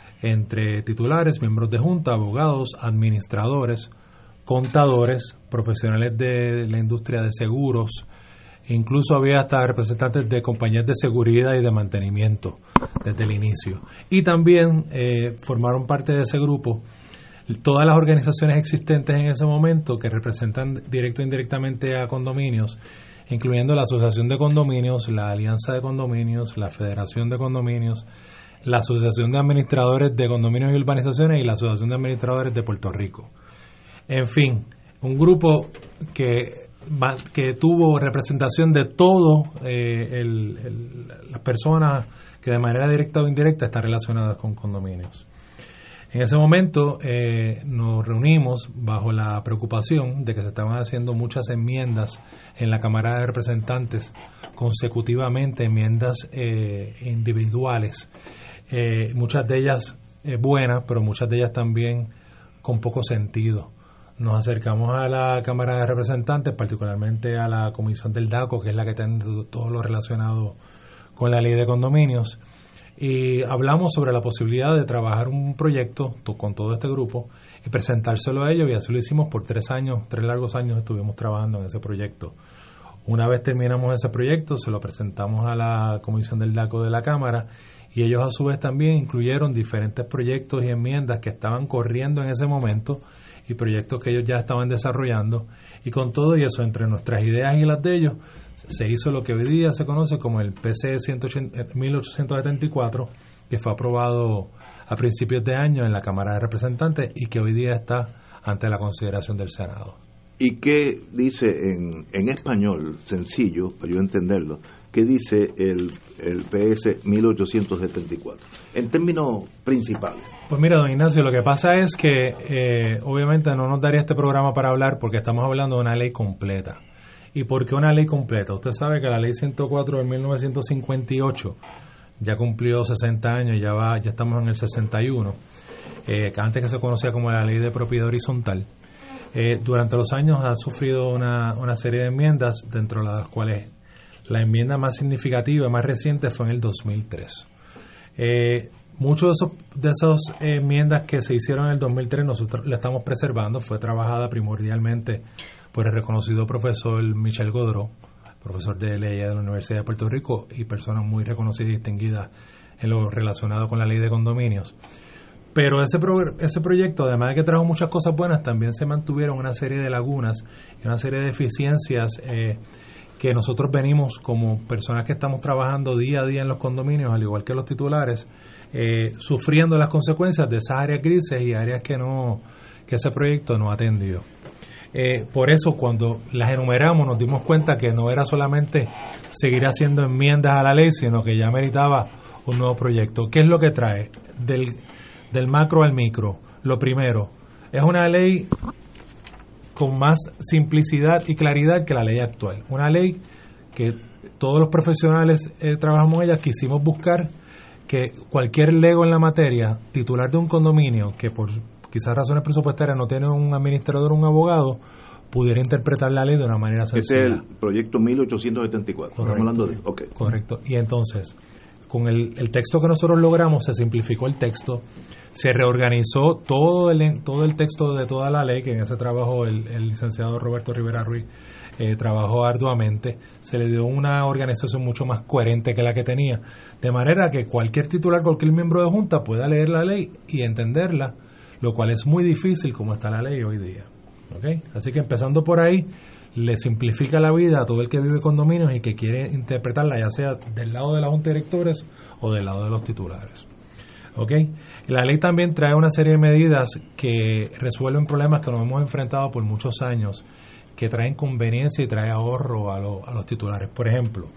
entre titulares, miembros de junta, abogados, administradores, contadores, profesionales de la industria de seguros, incluso había hasta representantes de compañías de seguridad y de mantenimiento desde el inicio. Y también eh, formaron parte de ese grupo todas las organizaciones existentes en ese momento que representan directo e indirectamente a condominios, incluyendo la Asociación de Condominios, la Alianza de Condominios, la Federación de Condominios, la Asociación de Administradores de Condominios y Urbanizaciones y la Asociación de Administradores de Puerto Rico. En fin, un grupo que, que tuvo representación de todo eh, el, el, las personas que de manera directa o indirecta están relacionadas con condominios. En ese momento eh, nos reunimos bajo la preocupación de que se estaban haciendo muchas enmiendas en la Cámara de Representantes consecutivamente, enmiendas eh, individuales, eh, muchas de ellas eh, buenas, pero muchas de ellas también con poco sentido. Nos acercamos a la Cámara de Representantes, particularmente a la Comisión del DACO, que es la que tiene todo lo relacionado con la ley de condominios, y hablamos sobre la posibilidad de trabajar un proyecto con todo este grupo y presentárselo a ellos, y así lo hicimos por tres años, tres largos años estuvimos trabajando en ese proyecto. Una vez terminamos ese proyecto, se lo presentamos a la Comisión del DACO de la Cámara, y ellos a su vez también incluyeron diferentes proyectos y enmiendas que estaban corriendo en ese momento y proyectos que ellos ya estaban desarrollando, y con todo y eso, entre nuestras ideas y las de ellos, se hizo lo que hoy día se conoce como el P C mil ochocientos setenta y cuatro, que fue aprobado a principios de año en la Cámara de Representantes y que hoy día está ante la consideración del Senado. ¿Y qué dice en, en español, sencillo, para yo entenderlo, qué dice el, el P S mil ochocientos setenta y cuatro? En términos principales. Pues mira, don Ignacio, lo que pasa es que eh, obviamente no nos daría este programa para hablar porque estamos hablando de una ley completa. ¿Y por qué una ley completa? Usted sabe que la ley ciento cuatro de mil novecientos cincuenta y ocho ya cumplió sesenta años, ya va, ya estamos en el sesenta y uno, eh, antes que se conocía como la ley de propiedad horizontal. Eh, durante los años ha sufrido una, una serie de enmiendas, dentro de las cuales la enmienda más significativa, más reciente, fue en el dos mil tres. Eh, muchos de esos de esas enmiendas que se hicieron en el dos mil tres nosotros la estamos preservando. Fue trabajada primordialmente por el reconocido profesor Michel Godreau, profesor de leyes de la Universidad de Puerto Rico y persona muy reconocida y distinguida en lo relacionado con la ley de condominios. Pero ese pro, ese proyecto, además de que trajo muchas cosas buenas, también se mantuvieron una serie de lagunas y una serie de deficiencias eh, que nosotros venimos como personas que estamos trabajando día a día en los condominios, al igual que los titulares, eh, sufriendo las consecuencias de esas áreas grises y áreas que no que ese proyecto no atendió. Eh, por eso, cuando las enumeramos, nos dimos cuenta que no era solamente seguir haciendo enmiendas a la ley, sino que ya meritaba un nuevo proyecto. ¿Qué es lo que trae? Del del macro al micro. Lo primero, es una ley con más simplicidad y claridad que la ley actual. Una ley que todos los profesionales eh, trabajamos en ella, quisimos buscar que cualquier lego en la materia, titular de un condominio, que por quizás razones presupuestarias no tiene un administrador o un abogado, pudiera interpretar la ley de una manera sencilla. Ese es el proyecto mil ochocientos setenta y cuatro. Correcto. Estamos hablando de... Okay. Correcto. Y entonces, con el, el texto que nosotros logramos, se simplificó el texto, se reorganizó todo el todo el texto de toda la ley, que en ese trabajo el, el licenciado Roberto Rivera Ruiz eh, trabajó arduamente, se le dio una organización mucho más coherente que la que tenía, de manera que cualquier titular, cualquier miembro de junta pueda leer la ley y entenderla, lo cual es muy difícil como está la ley hoy día. ¿Okay? Así que empezando por ahí, le simplifica la vida a todo el que vive condominios y que quiere interpretarla, ya sea del lado de la junta de directores o del lado de los titulares. ¿Okay? La ley también trae una serie de medidas que resuelven problemas que nos hemos enfrentado por muchos años, que traen conveniencia y trae ahorro a, lo, a los titulares. Por ejemplo,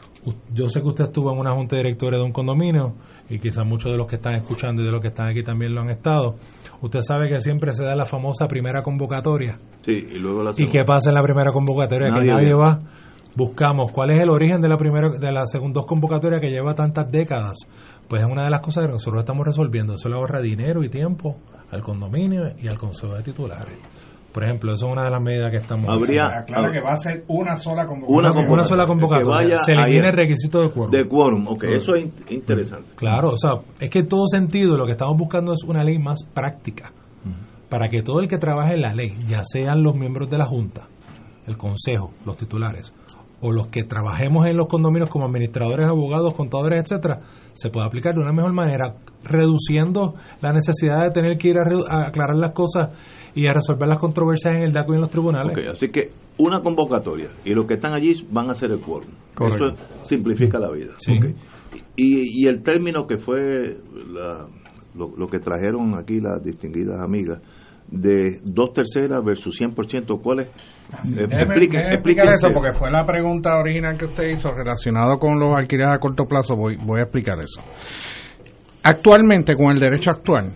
yo sé que usted estuvo en una junta de directores de un condominio y quizás muchos de los que están escuchando y de los que están aquí también lo han estado. Usted sabe que siempre se da la famosa primera convocatoria. Sí, y luego la segunda. ¿Y qué pasa en la primera convocatoria? Nadie que nadie va. va. Buscamos cuál es el origen de la primera, de la segunda convocatoria que lleva tantas décadas. Pues es una de las cosas que nosotros estamos resolviendo. Eso le ahorra dinero y tiempo al condominio y al consejo de titulares. Por ejemplo, eso es una de las medidas que estamos Habría, haciendo. Claro que va a ser una sola convocatoria. Una, convocatoria. Una sola convocatoria. Se elimina el requisito de quórum. De quórum, ok. Eso es interesante. Claro, o sea, es que en todo sentido lo que estamos buscando es una ley más práctica. Uh-huh. Para que todo el que trabaje en la ley, ya sean los miembros de la Junta, el Consejo, los titulares, o los que trabajemos en los condominios como administradores, abogados, contadores, etcétera, se pueda aplicar de una mejor manera, reduciendo la necesidad de tener que ir a, re- a aclarar las cosas y a resolver las controversias en el D A C O y en los tribunales. Okay, así que una convocatoria y los que están allí van a hacer el quórum. Correcto. Eso simplifica la vida. Sí. Okay. Y, y el término que fue la, lo, lo que trajeron aquí las distinguidas amigas de dos terceras versus cien por ciento, ¿cuál es? Eh, explique, explicar eso porque fue la pregunta original que usted hizo relacionado con los alquileres a corto plazo. Voy, voy a explicar eso. Actualmente, con el derecho actual,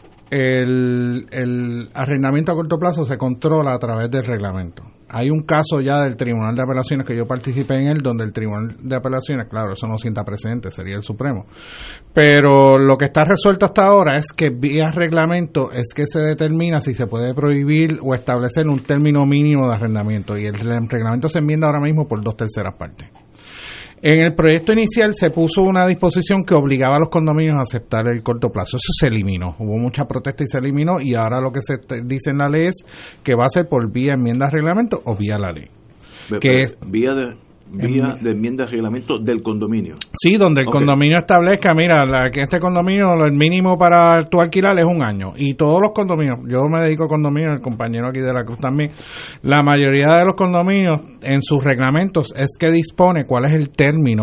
el, el arrendamiento a corto plazo se controla a través del reglamento. Hay un caso ya del Tribunal de Apelaciones que yo participé en él, donde el Tribunal de Apelaciones, claro, eso no sienta precedente, sería el Supremo. Pero lo que está resuelto hasta ahora es que vía reglamento es que se determina si se puede prohibir o establecer un término mínimo de arrendamiento. Y el reglamento se enmienda ahora mismo por dos terceras partes. En el proyecto inicial se puso una disposición que obligaba a los condominios a aceptar el corto plazo. Eso se eliminó. Hubo mucha protesta y se eliminó. Y ahora lo que se te dice en la ley es que va a ser por vía enmienda de reglamento o vía la ley. Pero, que pero, es, vía de vía de enmienda de reglamento del condominio. Sí, donde el okay. condominio establezca, mira, la, que este condominio, el mínimo para tu alquilar es un año. Y todos los condominios, yo me dedico a condominios, el compañero aquí de la Cruz también, la mayoría de los condominios en sus reglamentos es que dispone cuál es el término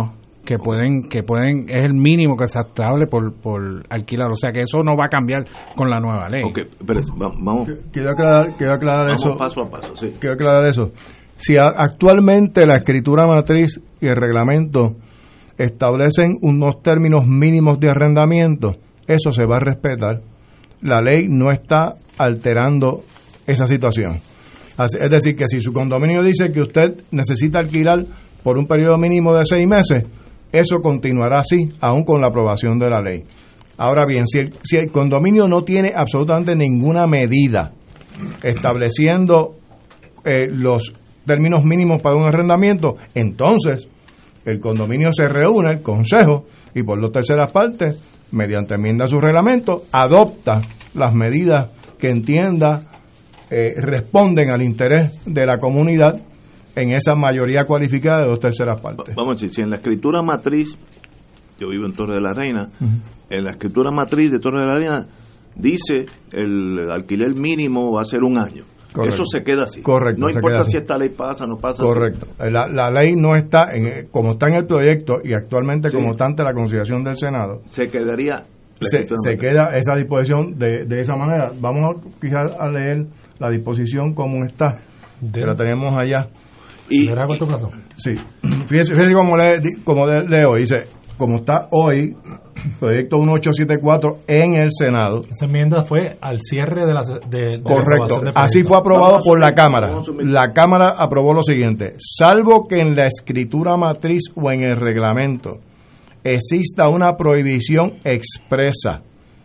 que pueden, que pueden, es el mínimo que se establece por, por alquilar, o sea que eso no va a cambiar con la nueva ley. Ok, pero vamos. Quiero aclarar, quiero aclarar vamos eso. paso a paso, sí. Quiero aclarar eso. Si a, actualmente la escritura matriz y el reglamento establecen unos términos mínimos de arrendamiento, eso se va a respetar. La ley no está alterando esa situación. Es decir, que si su condominio dice que usted necesita alquilar por un periodo mínimo de seis meses, eso continuará así, aún con la aprobación de la ley. Ahora bien, si el, si el condominio no tiene absolutamente ninguna medida estableciendo eh, los términos mínimos para un arrendamiento, entonces el condominio se reúne, el consejo, y por dos terceras partes, mediante enmienda a su reglamento, adopta las medidas que entienda eh, responden al interés de la comunidad en esa mayoría cualificada de dos terceras partes. Vamos a decir, si en la escritura matriz, yo vivo en Torre de la Reina, uh-huh. en la escritura matriz de Torre de la Reina dice el alquiler mínimo va a ser un año. Correcto. Eso se queda así. Correcto. No importa si esta ley pasa o no pasa. Correcto. La, la ley no está, en, como está en el proyecto y actualmente sí. como está ante la consideración del Senado, se quedaría. Se, se queda esa disposición de, de esa manera. Vamos a, quizás a leer la disposición como está, de, que la tenemos allá. ¿Y a cuánto plazo? Sí. Fíjese, fíjese cómo, le, como leo, dice, como está hoy, proyecto dieciocho setenta y cuatro en el Senado. Esa enmienda fue al cierre de la de, de Correcto, la así fue aprobado por la Cámara. La Cámara aprobó lo siguiente: salvo que en la escritura matriz o en el reglamento exista una prohibición expresa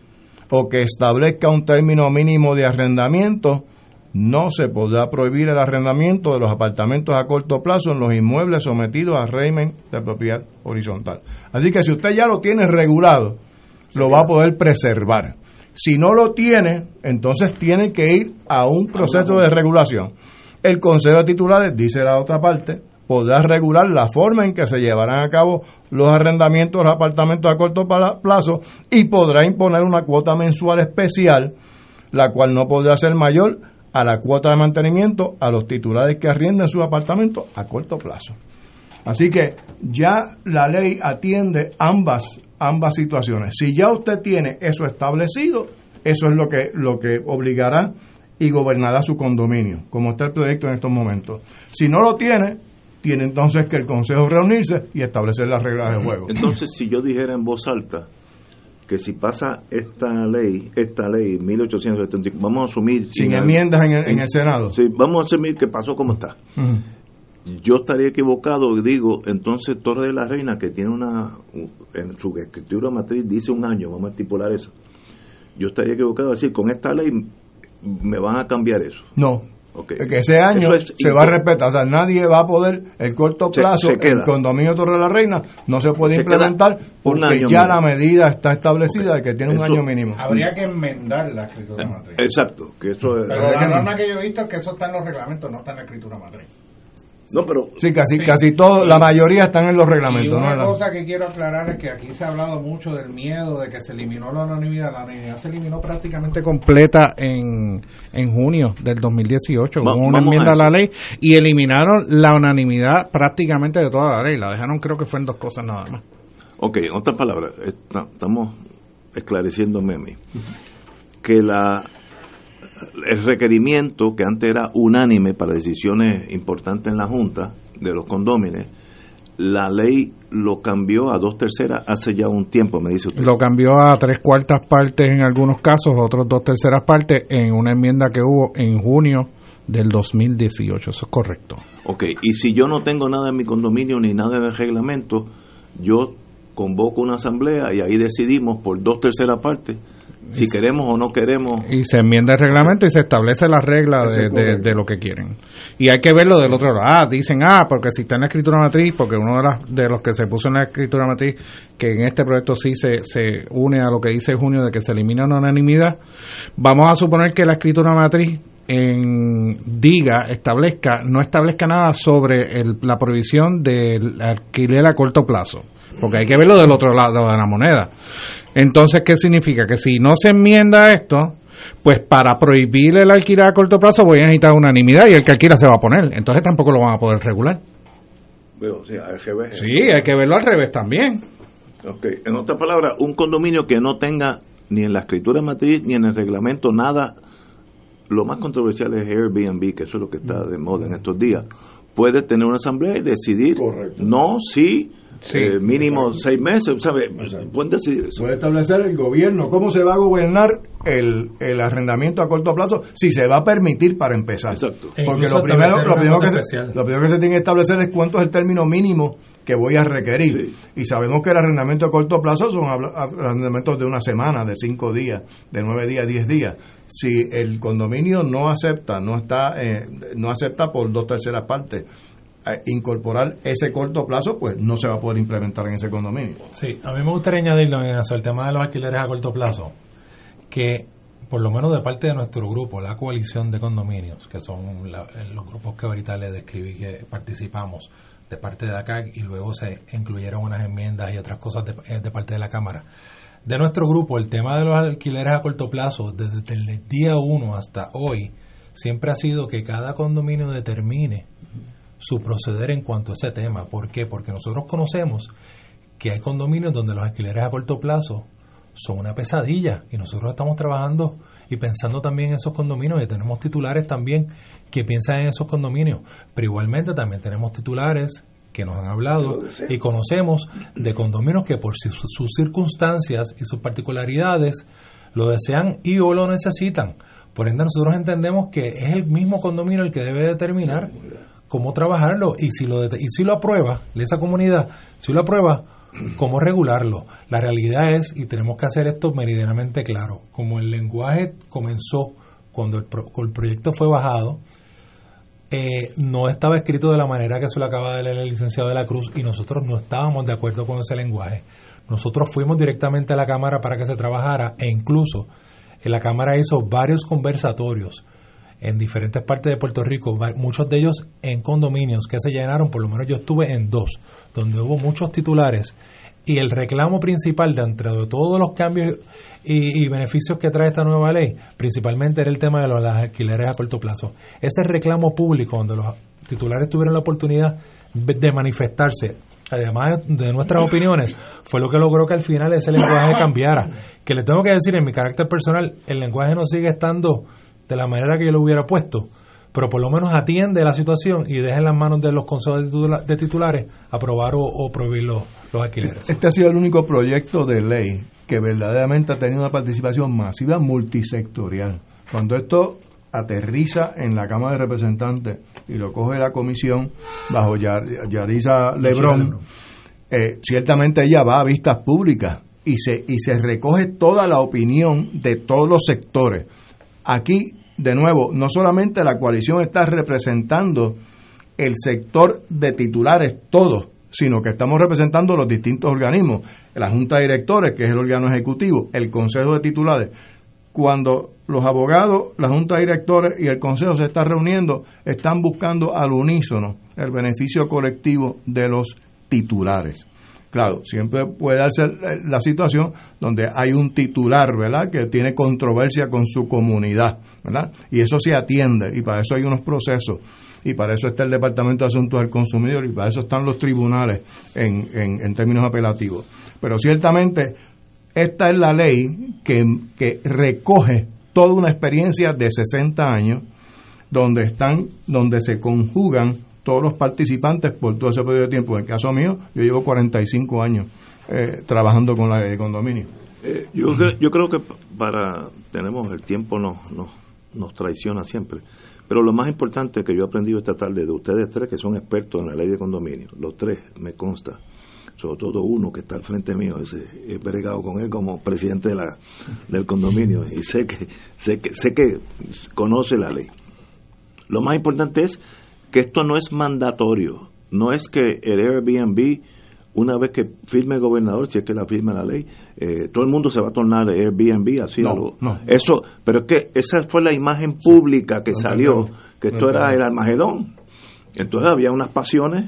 o que establezca un término mínimo de arrendamiento, no se podrá prohibir el arrendamiento de los apartamentos a corto plazo en los inmuebles sometidos a régimen de propiedad horizontal. Así que si usted ya lo tiene regulado, lo va a poder preservar. Si no lo tiene, entonces tiene que ir a un proceso de regulación. El Consejo de Titulares, dice la otra parte, podrá regular la forma en que se llevarán a cabo los arrendamientos de los apartamentos a corto plazo y podrá imponer una cuota mensual especial, la cual no podrá ser mayor a la cuota de mantenimiento a los titulares que arrienden sus apartamentos a corto plazo. Así que ya la ley atiende ambas ambas situaciones. Si ya usted tiene eso establecido, eso es lo que lo que obligará y gobernará su condominio, como está el proyecto en estos momentos. Si no lo tiene, tiene entonces que el Consejo reunirse y establecer las reglas de juego. Entonces, si yo dijera en voz alta que si pasa esta ley, esta ley mil ochocientos setenta, vamos a asumir... Sin, sin enmiendas en el, en el Senado. Sí, vamos a asumir que pasó como está. Uh-huh. Yo estaría equivocado, digo, entonces Torre de la Reina, que tiene una, en su escritura matriz dice un año, vamos a estipular eso. Yo estaría equivocado de decir, con esta ley me van a cambiar eso. No. Okay. Que ese año es se va a respetar, o sea, nadie va a poder, el corto plazo, se, se el condominio Torre de la Reina no se puede se implementar porque ya mínimo. La medida está establecida okay. de que tiene eso, un año mínimo. Habría que enmendar la escritura matriz. Exacto, que eso es. Pero la norma que yo he visto es que eso está en los reglamentos, no está en la escritura matriz. No, pero sí, casi sí. casi todo, la mayoría están en los reglamentos. Y una ¿no? cosa que quiero aclarar es que aquí se ha hablado mucho del miedo de que se eliminó la unanimidad. La unanimidad se eliminó prácticamente completa en, en junio del dos mil dieciocho. Va, Hubo una enmienda a, a la ley y eliminaron la unanimidad prácticamente de toda la ley. La dejaron, creo que fue en dos cosas nada más. Ok, en otras palabras, estamos esclareciéndome a mí que la el requerimiento que antes era unánime para decisiones importantes en la Junta de los condóminos, la ley lo cambió a dos terceras hace ya un tiempo, me dice usted. Lo cambió a tres cuartas partes en algunos casos, otros dos terceras partes en una enmienda que hubo en junio del dos mil dieciocho, eso es correcto. Ok, y si yo no tengo nada en mi condominio ni nada en el reglamento, yo convoco una asamblea y ahí decidimos por dos terceras partes si queremos o no queremos. Y se enmienda el reglamento y se establece la regla de, de, de lo que quieren. Y hay que verlo del otro lado. Ah, dicen, ah, porque si está en la escritura matriz, porque uno de, las, de los que se puso en la escritura matriz, que en este proyecto sí se, se une a lo que dice Junio de que se elimina una unanimidad, vamos a suponer que la escritura matriz en diga, establezca, no establezca nada sobre el, la prohibición del alquiler a corto plazo, porque hay que verlo del otro lado de la moneda. Entonces, ¿qué significa? Que si no se enmienda esto, pues para prohibir el alquiler a corto plazo voy a necesitar unanimidad y el que alquila se va a poner. Entonces tampoco lo van a poder regular. Pero, o sea, al revés. Sí, hay que verlo al revés también. Okay. En otras palabras, un condominio que no tenga ni en la escritura matriz ni en el reglamento nada, lo más controversial es Airbnb, que eso es lo que está de moda en estos días, puede tener una asamblea y decidir. Correcto. No, sí, sí eh, mínimo exacto. seis meses, ¿sabe? Pueden decidir eso. Puede establecer el gobierno cómo se va a gobernar el, el arrendamiento a corto plazo, si se va a permitir para empezar. Exacto. Porque lo primero, lo, primero que se, lo primero que se tiene que establecer es cuánto es el término mínimo que voy a requerir. Sí. Y sabemos que el arrendamiento a corto plazo son arrendamientos de una semana, de cinco días, de nueve días, diez días. Si el condominio no acepta, no está, eh, no acepta por dos terceras partes eh, incorporar ese corto plazo, pues no se va a poder implementar en ese condominio. Sí, a mí me gustaría añadirlo en eso, el tema de los alquileres a corto plazo, que por lo menos de parte de nuestro grupo, la coalición de condominios, que son la, los grupos que ahorita les describí que participamos de parte de la C A C y luego se incluyeron unas enmiendas y otras cosas de, de parte de la Cámara. De nuestro grupo, el tema de los alquileres a corto plazo, desde, desde el día uno hasta hoy, siempre ha sido que cada condominio determine su proceder en cuanto a ese tema. ¿Por qué? Porque nosotros conocemos que hay condominios donde los alquileres a corto plazo son una pesadilla y nosotros estamos trabajando y pensando también en esos condominios y tenemos titulares también que piensan en esos condominios, pero igualmente también tenemos titulares que nos han hablado y conocemos de condominios que por sus, sus circunstancias y sus particularidades lo desean y o lo necesitan. Por ende, nosotros entendemos que es el mismo condominio el que debe determinar cómo trabajarlo y si lo de, y si lo aprueba, esa comunidad, si lo aprueba, cómo regularlo. La realidad es, y tenemos que hacer esto meridianamente claro, como el lenguaje comenzó cuando el, pro, el proyecto fue bajado, Eh, no estaba escrito de la manera que se lo acaba de leer el licenciado de la Cruz y nosotros no estábamos de acuerdo con ese lenguaje. Nosotros fuimos directamente a la Cámara para que se trabajara e incluso en la Cámara hizo varios conversatorios en diferentes partes de Puerto Rico, muchos de ellos en condominios que se llenaron, por lo menos yo estuve en dos, donde hubo muchos titulares y el reclamo principal de entre de todos los cambios y, y beneficios que trae esta nueva ley, principalmente era el tema de los, los alquileres a corto plazo. Ese reclamo público donde los titulares tuvieron la oportunidad de manifestarse, además de nuestras opiniones, fue lo que logró que al final ese lenguaje cambiara. Que les tengo que decir, en mi carácter personal, el lenguaje no sigue estando de la manera que yo lo hubiera puesto, pero por lo menos atiende la situación y deja en las manos de los consejos de titulares aprobar o, o prohibir los, los alquileres. Este ha sido el único proyecto de ley que verdaderamente ha tenido una participación masiva multisectorial. Cuando esto aterriza en la Cámara de Representantes y lo coge la comisión bajo Yar, Yarisa Lebrón, eh, ciertamente ella va a vistas públicas y se, y se recoge toda la opinión de todos los sectores. Aquí, de nuevo, no solamente la coalición está representando el sector de titulares, todos, sino que estamos representando los distintos organismos, la Junta de Directores, que es el órgano ejecutivo, el Consejo de Titulares. Cuando los abogados, la Junta de Directores y el Consejo se están reuniendo, están buscando al unísono el beneficio colectivo de los titulares. Claro, siempre puede darse la situación donde hay un titular, ¿verdad?, que tiene controversia con su comunidad, ¿verdad? Y eso se atiende, y para eso hay unos procesos, y para eso está el Departamento de Asuntos del Consumidor, y para eso están los tribunales en, en, en términos apelativos. Pero ciertamente, esta es la ley que, que recoge toda una experiencia de sesenta años, donde están, donde se conjugan todos los participantes por todo ese periodo de tiempo. En el caso mío, yo llevo cuarenta y cinco años eh, trabajando con la ley de condominio. Eh, yo, uh-huh. creo, yo creo que para tenemos el tiempo nos, nos, nos traiciona siempre, pero lo más importante que yo he aprendido esta tarde de ustedes tres que son expertos en la ley de condominio, los tres me consta, sobre todo uno que está al frente mío, ese, he bregado con él como presidente de la del condominio y sé que sé que sé que conoce la ley. Lo más importante es que esto no es mandatorio, no es que el Airbnb, una vez que firme el gobernador, si es que la firma la ley, eh, todo el mundo se va a tornar Airbnb, así no, algo. No. Eso, pero es que esa fue la imagen pública que no, salió, no, que esto no, era el Armagedón. Entonces había unas pasiones.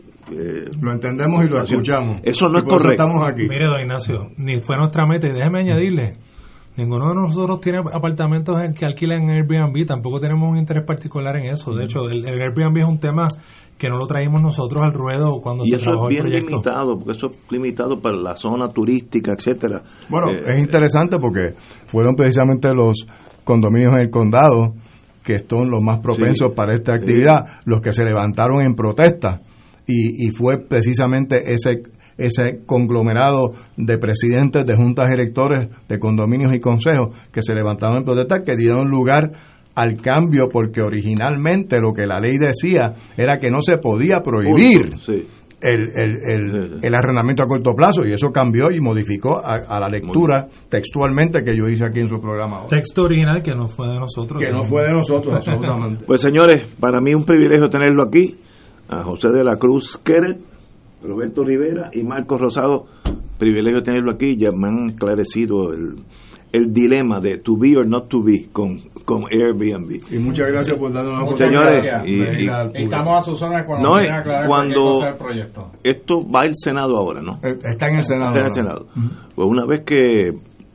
Eh, lo entendemos y lo escuchamos. Eso no es correcto. Estamos aquí. Mire, don Ignacio, ni fue nuestra meta, y déjeme añadirle, Ninguno de nosotros tiene apartamentos en que alquilan en Airbnb, tampoco tenemos un interés particular en eso. De hecho, el, el Airbnb es un tema que no lo traímos nosotros al ruedo cuando y se trabajó el proyecto. Y eso es bien limitado, porque eso es limitado para la zona turística, etcétera. Bueno, eh, es interesante porque fueron precisamente los condominios en el condado que son los más propensos sí, para esta actividad, sí. los que se levantaron en protesta, y, y fue precisamente ese ese conglomerado de presidentes de juntas electores de condominios y consejos que se levantaron en protesta, que dieron lugar al cambio, porque originalmente lo que la ley decía era que no se podía prohibir sí. el, el, el, el arrendamiento a corto plazo, y eso cambió y modificó a, a la lectura textualmente que yo hice aquí en su programa. Texto original que no fue de nosotros. Que no fue de nosotros, absolutamente. Pues señores, para mí es un privilegio tenerlo aquí, a José de la Cruz Queret, Roberto Rivera y Marcos Rosado. Privilegio tenerlo aquí. Ya me han esclarecido el, el dilema de to be or not to be con, con Airbnb. Y muchas gracias por darnos la oportunidad. Señores, y, y, estamos a sus zonas cuando no, quieran aclarar cuando cualquier cosa del proyecto. Esto va al Senado ahora, ¿no? Está en el Senado. Está en el Senado. Uh-huh. Pues una vez que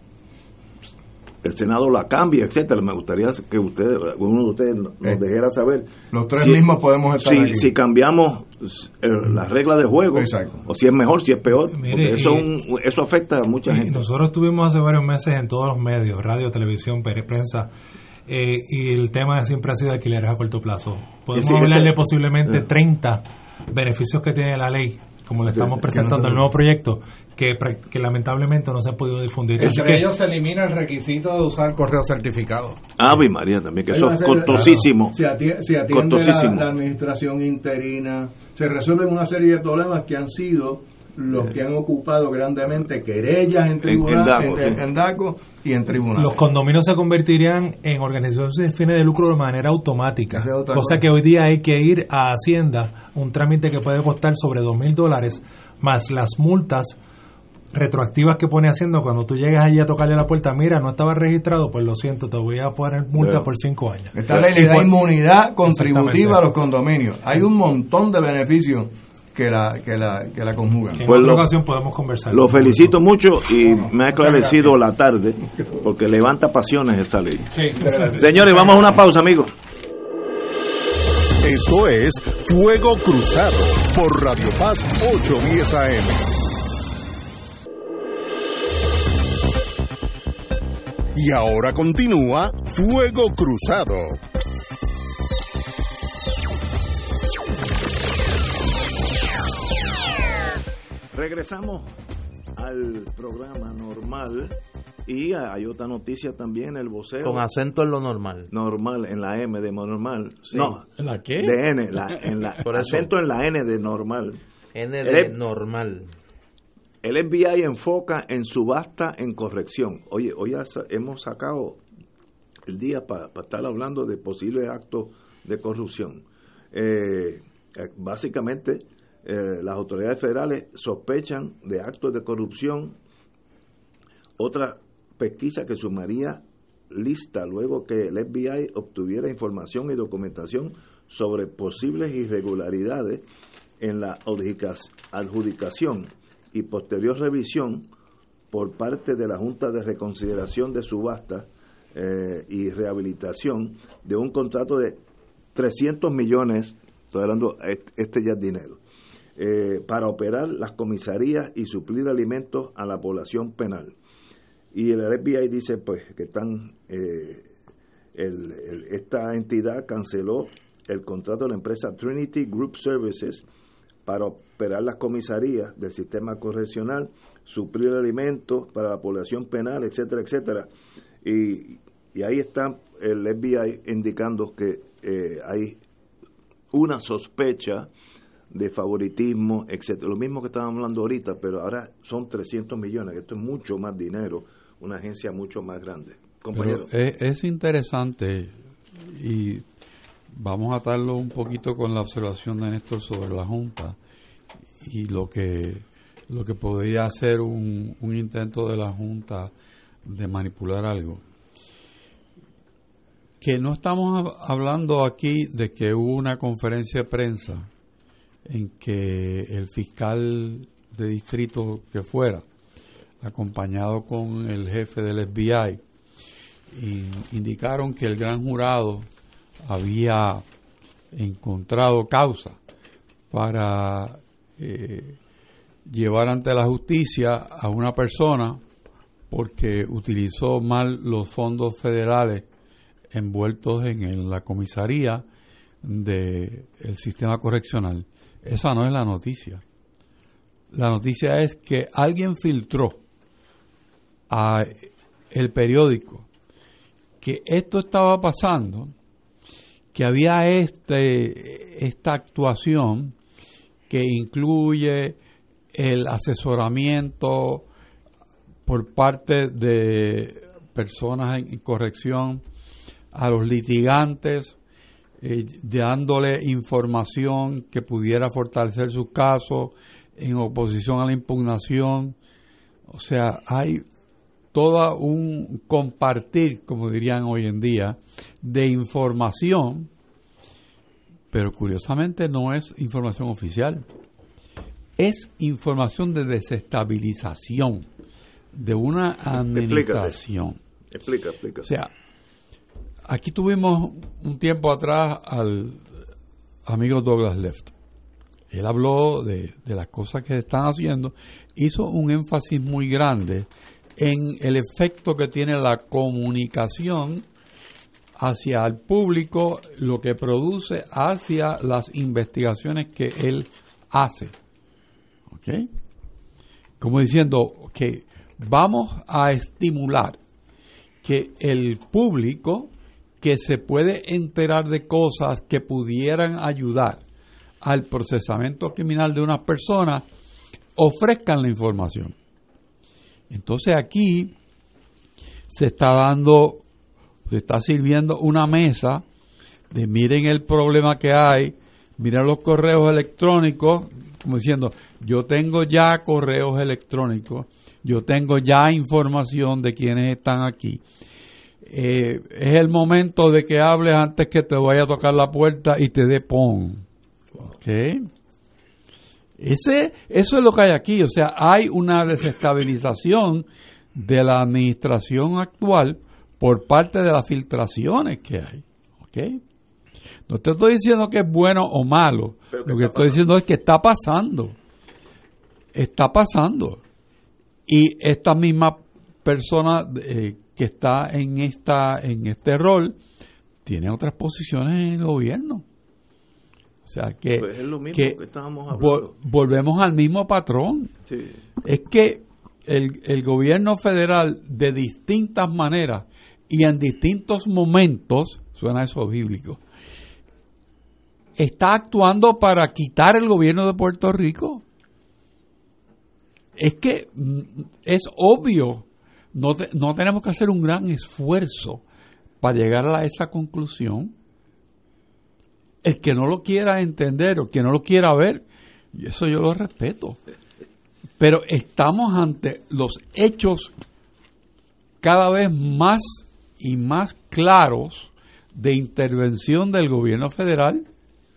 el Senado la cambia, etcétera, me gustaría que ustedes, uno de ustedes nos eh, dejara saber. Los tres si, mismos podemos estar si, aquí. Si cambiamos el, las reglas de juego, exacto. o si es mejor, si es peor. Mire, eso, y, un, eso afecta a mucha gente. Nosotros estuvimos hace varios meses en todos los medios, radio, televisión, prensa, eh, y el tema siempre ha sido alquileres a corto plazo. Podemos sí, hablar ese, de posiblemente eh. treinta beneficios que tiene la ley, como le estamos sí, presentando no el nuevo proyecto, que, que lamentablemente no se ha podido difundir. Entre que, ellos se elimina el requisito de usar correo certificado. Ave María, también, que eso es costosísimo. Se atiende, se atiende la, la administración interina, se resuelven una serie de problemas que han sido los que han ocupado grandemente querellas en tribunal, en, en, en, en DACO y en tribunales. Los condominios se convertirían en organizaciones sin fines de lucro de manera automática, cosa, cosa que hoy día hay que ir a Hacienda, un trámite que puede costar sobre dos mil dólares, más las multas retroactivas que pone Hacienda cuando tú llegas allí a tocarle la puerta. Mira, no estaba registrado, pues lo siento, te voy a poner multa Pero, por cinco años. Esta ley le da inmunidad contributiva a los condominios. Hay un montón de beneficios que la que la que la conjugan. En pues otra lo, ocasión podemos conversar. Lo felicito mucho y me ha esclarecido la tarde, porque levanta pasiones esta ley. Sí, señores, vamos a una pausa, amigos. Esto es Fuego Cruzado por Radio Paz ochocientos diez A M. Y ahora continúa Fuego Cruzado. Regresamos al programa normal y hay otra noticia también, el voceo. Con acento en lo normal. Normal, en la M de normal. Sí. No, ¿En la qué? De N, la, en la, acento en la N de normal. N de el, normal. El F B I enfoca en subasta en corrección. Oye, hoy hemos sacado el día para pa estar hablando de posibles actos de corrupción. Eh, básicamente, eh, las autoridades federales sospechan de actos de corrupción. Otra pesquisa que sumaría lista luego que el F B I obtuviera información y documentación sobre posibles irregularidades en la adjudicación y posterior revisión por parte de la Junta de Reconsideración de Subasta eh, y Rehabilitación de un contrato de trescientos millones, estoy hablando, este ya es dinero, eh, para operar las comisarías y suplir alimentos a la población penal. Y el F B I dice pues que están eh, el, el, esta entidad canceló el contrato de la empresa Trinity Group Services para operar las comisarías del sistema correccional, suplir alimentos para la población penal, etcétera, etcétera. Y, y ahí está el F B I indicando que eh, hay una sospecha de favoritismo, etcétera. Lo mismo que estábamos hablando ahorita, pero ahora son trescientos millones, esto es mucho más dinero, una agencia mucho más grande. Compañero. Es, es interesante y vamos a atarlo un poquito con la observación de Néstor sobre la Junta y lo que lo que podría ser un, un intento de la Junta de manipular algo. Que no estamos hablando aquí de que hubo una conferencia de prensa en que el fiscal de distrito que fuera, acompañado con el jefe del F B I, y indicaron que el gran jurado había encontrado causa para eh, llevar ante la justicia a una persona porque utilizó mal los fondos federales envueltos en, en la comisaría del sistema correccional. Esa no es la noticia. La noticia es que alguien filtró a el periódico que esto estaba pasando, que había este esta actuación que incluye el asesoramiento por parte de personas en corrección a los litigantes, eh, dándole información que pudiera fortalecer sus casos en oposición a la impugnación. O sea, hay todo un compartir, como dirían hoy en día, de información, pero curiosamente no es información oficial. Es información de desestabilización de una administración. Explica, explica. O sea, aquí tuvimos un tiempo atrás al amigo Douglas Left. Él habló de, de las cosas que se están haciendo, hizo un énfasis muy grande en el efecto que tiene la comunicación hacia el público, lo que produce hacia las investigaciones que él hace. ¿Ok? Como diciendo que vamos a estimular que el público que se puede enterar de cosas que pudieran ayudar al procesamiento criminal de unas personas, ofrezcan la información. Entonces aquí se está dando, se está sirviendo una mesa de miren el problema que hay, miren los correos electrónicos, como diciendo, yo tengo ya correos electrónicos, yo tengo ya información de quienes están aquí. Eh, es el momento de que hables antes que te vaya a tocar la puerta y te dé pon. ¿Ok? Ese, eso es lo que hay aquí. O sea, hay una desestabilización de la administración actual por parte de las filtraciones que hay. ¿Ok? No te estoy diciendo que es bueno o malo. Lo que estoy diciendo es que está pasando. Está pasando. Y esta misma persona eh, que está en esta en este rol tiene otras posiciones en el gobierno. O sea que, pues es lo mismo que, que estábamos hablando. Volvemos al mismo patrón. Sí. Es que el, el gobierno federal de distintas maneras y en distintos momentos, suena eso bíblico, está actuando para quitar el gobierno de Puerto Rico. Es que es obvio, no, te, no tenemos que hacer un gran esfuerzo para llegar a esa conclusión. El que no lo quiera entender o que no lo quiera ver, y eso yo lo respeto. Pero estamos ante los hechos cada vez más y más claros de intervención del gobierno federal.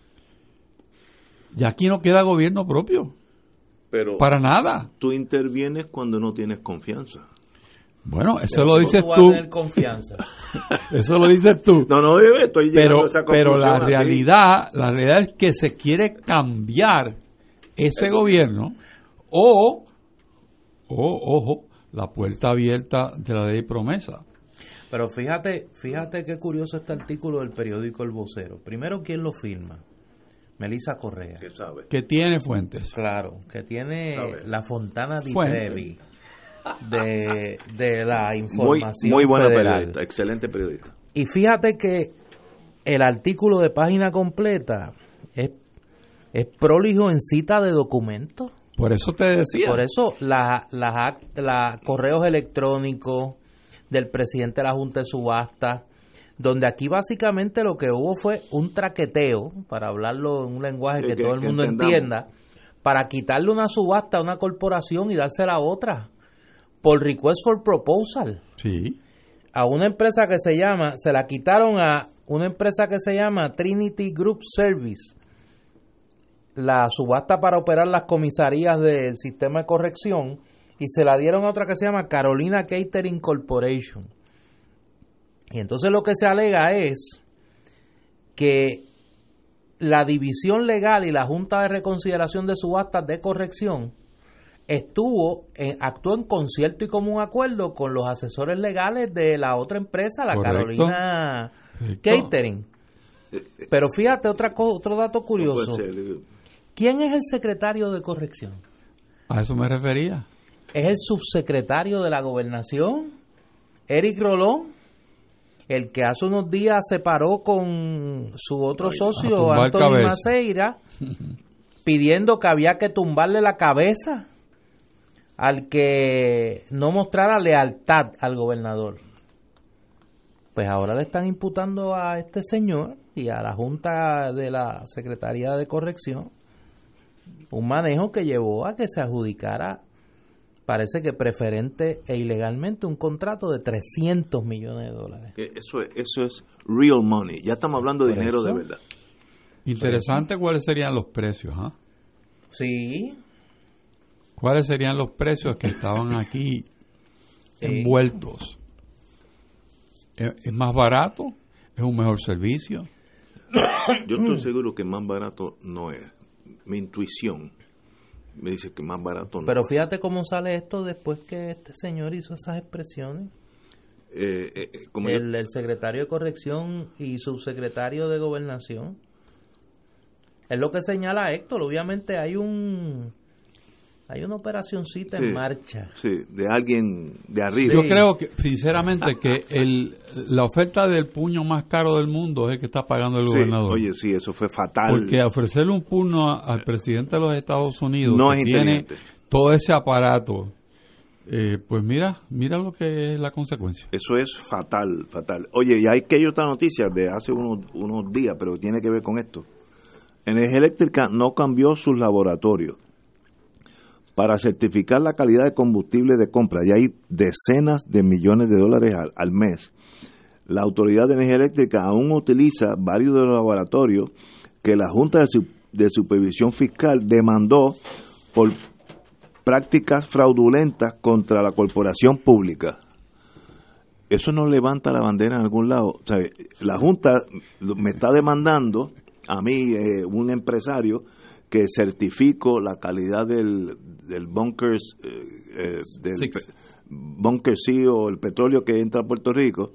Y aquí no queda gobierno propio. Pero para nada. Tú intervienes cuando no tienes confianza. Bueno, eso lo dices tú. Confianza. Eso lo dices tú. No, no, bebé, estoy llegando pero, a esa pero la así. realidad, la realidad es que se quiere cambiar ese el gobierno o, o, ojo, la puerta abierta de la ley promesa. Pero fíjate, fíjate qué curioso este artículo del periódico El Vocero. Primero, ¿quién lo firma? Melissa Correa. ¿Qué sabe? Que tiene fuentes. Claro, que tiene ¿Sabe? la Fontana di Fuentes. Trevi de, de la información muy, muy buena federal. periodista, excelente periodista. Y fíjate que el artículo de página completa es, es prolijo en cita de documentos. Por eso te decía. Por eso las la, la correos electrónicos del presidente de la Junta de Subasta, donde aquí básicamente lo que hubo fue un traqueteo, para hablarlo en un lenguaje que, que todo el mundo que entienda, para quitarle una subasta a una corporación y dársela a otra, por request for proposal. Sí. A una empresa que se llama, se la quitaron a una empresa que se llama Trinity Group Service, la subasta para operar las comisarías del sistema de corrección, y se la dieron a otra que se llama Carolina Catering Corporation. Y entonces lo que se alega es que la división legal y la Junta de Reconsideración de Subastas de Corrección estuvo, en, actuó en concierto y común acuerdo con los asesores legales de la otra empresa, la Correcto. Carolina Correcto. Catering. Pero fíjate, otra co- otro dato curioso. No ¿quién es el secretario de Corrección? A eso me refería. Es el subsecretario de la Gobernación, Eric Rolón, el que hace unos días se paró con su otro Ay, socio, Anthony Maceira, pidiendo que había que tumbarle la cabeza al que no mostrara lealtad al gobernador. Pues ahora le están imputando a este señor y a la Junta de la Secretaría de Corrección un manejo que llevó a que se adjudicara, parece que preferente e ilegalmente, un contrato de trescientos millones de dólares. Eso es, eso es real money. Ya estamos hablando de dinero de verdad. Interesante cuáles serían los precios, ¿ah? ¿eh? Sí. ¿Cuáles serían los precios que estaban aquí sí. envueltos? ¿Es, ¿Es más barato? ¿Es un mejor servicio? Yo estoy seguro que más barato no es. Mi intuición me dice que más barato no. Pero fíjate cómo sale esto después que este señor hizo esas expresiones. Eh, eh, como el, yo... el secretario de Corrección y subsecretario de Gobernación. Es lo que señala Héctor. Obviamente hay un hay una operacioncita sí, en marcha. Sí, de alguien de arriba. Yo creo que, sinceramente, que el la oferta del puño más caro del mundo es el que está pagando el sí, gobernador. Oye, sí, eso fue fatal. Porque ofrecerle un puño a, al presidente de los Estados Unidos, no que es tiene todo ese aparato, eh, pues mira, mira lo que es la consecuencia. Eso es fatal, fatal. Oye, y hay que hay otra noticia de hace unos, unos días, pero tiene que ver con esto. Energía Eléctrica no cambió sus laboratorios para certificar la calidad de combustible de compra. Y hay decenas de millones de dólares al, al mes. La Autoridad de Energía Eléctrica aún utiliza varios de los laboratorios que la Junta de, Su, de Supervisión Fiscal demandó por prácticas fraudulentas contra la corporación pública. Eso no levanta la bandera en algún lado. O sea, la Junta me está demandando a mí, eh, un empresario, que certifico la calidad del, del bunkers, eh, eh, del pe, bunker C o el petróleo que entra a Puerto Rico,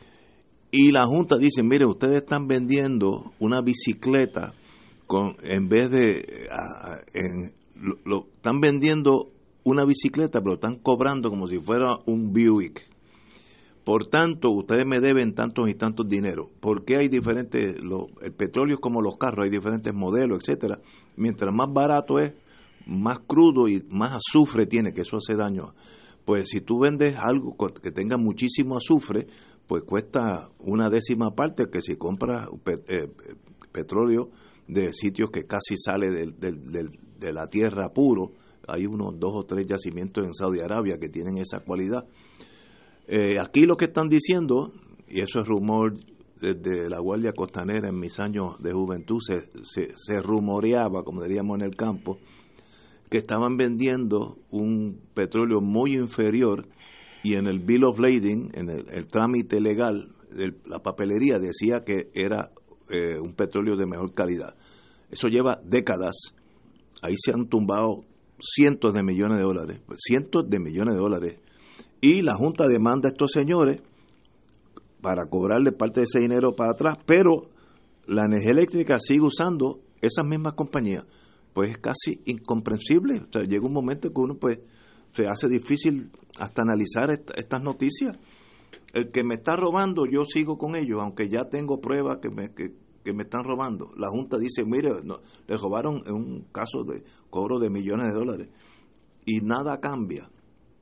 y la Junta dice, mire, ustedes están vendiendo una bicicleta con en vez de a, en, lo, lo, están vendiendo una bicicleta, pero están cobrando como si fuera un Buick. Por tanto, ustedes me deben tantos y tantos dinero. ¿Por qué hay diferentes, lo, el petróleo es como los carros, hay diferentes modelos, etcétera? Mientras más barato es, más crudo y más azufre tiene, que eso hace daño. Pues si tú vendes algo que tenga muchísimo azufre, pues cuesta una décima parte que si compras pet, eh, petróleo de sitios que casi sale de, de, de, de la tierra puro. Hay unos dos o tres yacimientos en Saudi Arabia que tienen esa cualidad. Eh, aquí lo que están diciendo, y eso es rumor desde la Guardia Costanera en mis años de juventud, se, se, se rumoreaba, como diríamos en el campo, que estaban vendiendo un petróleo muy inferior y en el Bill of Lading, en el, el trámite legal, de la papelería decía que era eh, un petróleo de mejor calidad. Eso lleva décadas. Ahí se han tumbado cientos de millones de dólares, pues cientos de millones de dólares. Y la Junta demanda a estos señores para cobrarle parte de ese dinero para atrás, pero la energía eléctrica sigue usando esas mismas compañías. Pues es casi incomprensible. O sea, llega un momento que uno pues se hace difícil hasta analizar esta, estas noticias. El que me está robando, yo sigo con ellos, aunque ya tengo pruebas que me, que, que me están robando. La Junta dice, mire, no, le robaron en un caso de cobro de millones de dólares. Y nada cambia.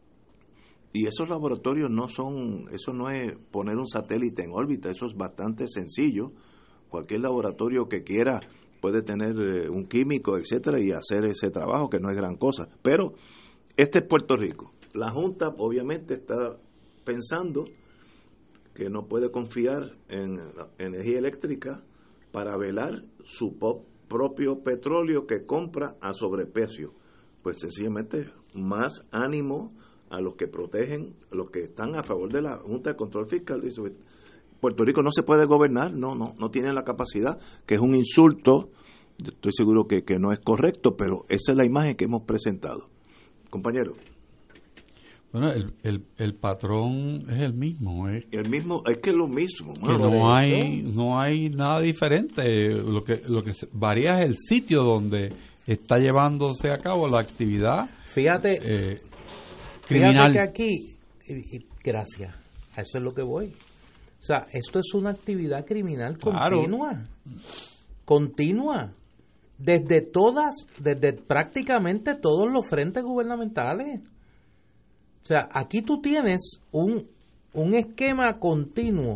Y esos laboratorios no son, eso no es poner un satélite en órbita, eso es bastante sencillo. Cualquier laboratorio que quiera puede tener eh, un químico, etcétera, y hacer ese trabajo, que no es gran cosa. Pero este es Puerto Rico. La Junta obviamente está pensando que no puede confiar en la energía eléctrica para velar su pop, propio petróleo que compra a sobreprecio. Pues sencillamente más ánimo a los que protegen, los que están a favor de la Junta de Control Fiscal. Puerto Rico no se puede gobernar, no, no, no tienen la capacidad, que es un insulto. Estoy seguro que, que no es correcto, pero esa es la imagen que hemos presentado. Compañero. Bueno, el, el, el patrón es el mismo. Es, el mismo, es que es lo mismo. Que no hay, no hay nada diferente. Lo que, lo que varía es el sitio donde está llevándose a cabo la actividad. Fíjate, eh, criminal. Fíjate que aquí, y, y, gracias, a eso es lo que voy. O sea, esto es una actividad criminal continua. Claro. Continua. Desde todas, desde prácticamente todos los frentes gubernamentales. O sea, aquí tú tienes un, un esquema continuo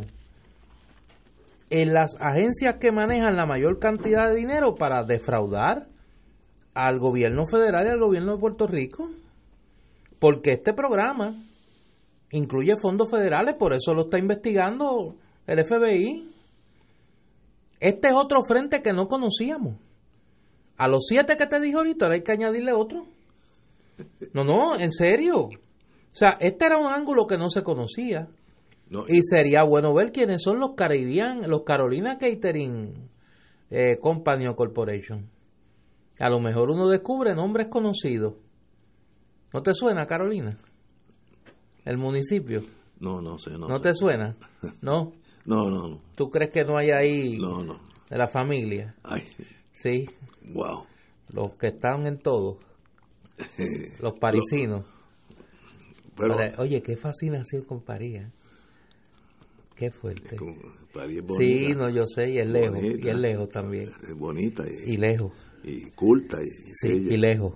en las agencias que manejan la mayor cantidad de dinero para defraudar al gobierno federal y al gobierno de Puerto Rico. Porque este programa incluye fondos federales, por eso lo está investigando el F B I. Este es otro frente que no conocíamos. A los siete que te dije ahorita, ahora hay que añadirle otro. No, no, en serio. O sea, este era un ángulo que no se conocía. No, y sería bueno ver quiénes son los Caribbean, los Carolina Catering eh, Company o Corporation. A lo mejor uno descubre nombres conocidos. ¿No te suena, Carolina? ¿El municipio? No, no sé. No, ¿No te suena? ¿No? No, no, no. ¿Tú crees que no hay ahí no, no. de la familia? Ay. Sí. Wow. Los que están en todo. Los parisinos. Pero, oye, qué fascinación con París. ¿eh? Qué fuerte. París es bonita. Sí, no, yo sé, y es lejos. Bonita. Y es lejos también. Es bonita. Y, y lejos. Y culta. Y, sí, y lejos.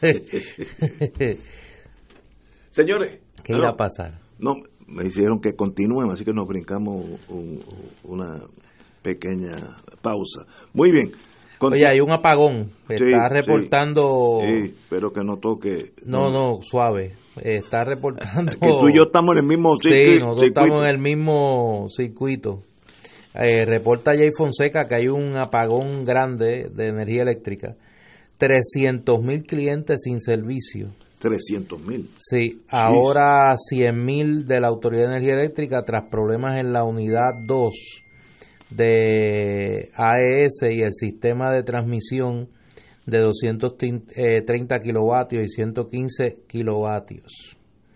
Señores. ¿Qué irá a pasar? No, me hicieron que continúen, así que nos brincamos un, una pequeña pausa. Muy bien. Continu- Oye, hay un apagón. Sí, está reportando. Sí, sí, pero que no toque. No, no, no suave. Está reportando. Que tú y yo estamos en el mismo circuito. Sí, nosotros circuito. estamos en el mismo circuito. Eh, reporta Jay Fonseca que hay un apagón grande de energía eléctrica. trescientos mil clientes sin servicio. trescientos mil. Sí, ahora cien mil de la Autoridad de Energía Eléctrica tras problemas en la unidad dos de A E S y el sistema de transmisión de doscientos treinta kilovatios y ciento quince kilovatios.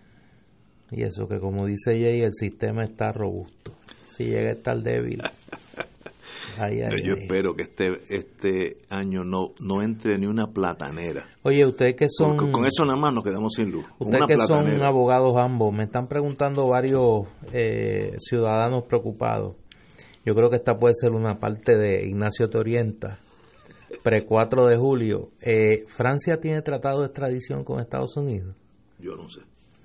Y eso que, como dice Jay, el sistema está robusto. Si llega a estar débil. Ay, ay, Yo ay. espero que este este año no no entre ni una platanera. Oye, ustedes que son... Con, con eso nada más nos quedamos sin luz. Ustedes una que platanera. son abogados ambos, me están preguntando varios eh, ciudadanos preocupados. Yo creo que esta puede ser una parte de Ignacio Te Orienta, pre cuatro de julio. Eh, ¿Francia tiene tratado de extradición con Estados Unidos? Yo no sé.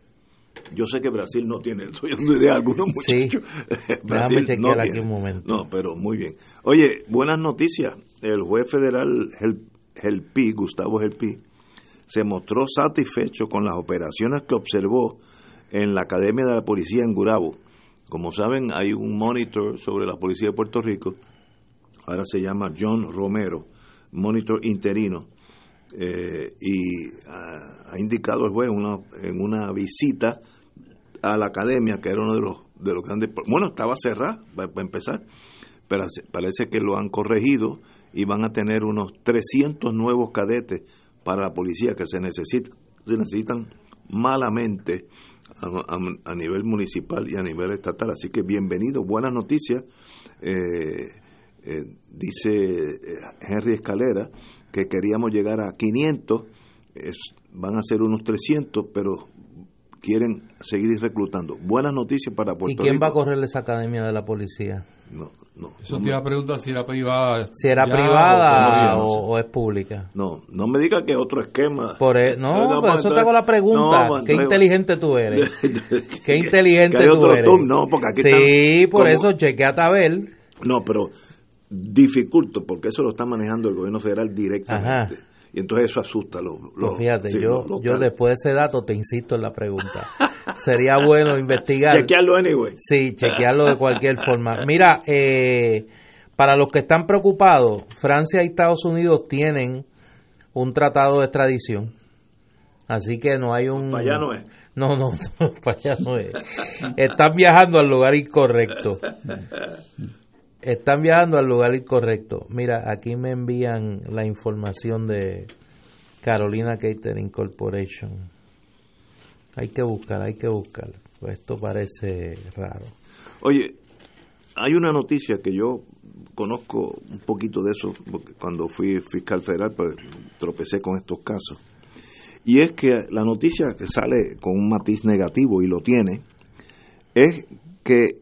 Yo sé que Brasil no tiene, estoy dando idea de algunos muchachos. Sí, déjame chequear no aquí tiene. Un momento. No, pero muy bien. Oye, buenas noticias. El juez federal Gelpi, Gustavo Gelpi, se mostró satisfecho con las operaciones que observó en la Academia de la Policía en Gurabo. Como saben, hay un monitor sobre la Policía de Puerto Rico, ahora se llama John Romero, monitor interino, eh, y uh, ha indicado el juez una, en una visita a la academia, que era uno de los de los grandes, bueno, estaba cerrada para, para empezar, pero parece que lo han corregido y van a tener unos trescientos nuevos cadetes para la policía que se necesitan, se necesitan malamente a, a, a nivel municipal y a nivel estatal, así que bienvenido, buenas noticias. eh, eh, dice Henry Escalera que queríamos llegar a quinientos, es, van a ser unos trescientos, pero quieren seguir reclutando. Buenas noticias para Puerto Rico. ¿Y quién Rico. va a correr esa academia de la policía? No, no. Eso no te iba a preguntar si era privada. Si era privada o, o, o es pública. No, no me diga que otro esquema. Por e, no, no por eso te hago la pregunta. No, Qué inteligente tú eres. Qué inteligente que hay tú otro eres. Turno, no, porque aquí sí, por como, eso chequeate a ver. No, pero dificulto, porque eso lo está manejando el gobierno federal directamente. Ajá. Y entonces eso asusta a los, los pues fíjate, sí, yo, los yo después de ese dato te insisto en la pregunta. Sería bueno investigar. Chequearlo anyway. Sí, chequearlo de cualquier forma. Mira, eh, para los que están preocupados, Francia y Estados Unidos tienen un tratado de extradición. Así que no hay un... Allá no es. No, no, no, para allá no es. Están viajando al lugar incorrecto. Están viajando al lugar incorrecto. Mira, aquí me envían la información de Carolina Catering Corporation. Hay que buscar, hay que buscar. Pues esto parece raro. Oye, hay una noticia que yo conozco un poquito de eso, porque cuando fui fiscal federal pues tropecé con estos casos. Y es que la noticia que sale con un matiz negativo, y lo tiene, es que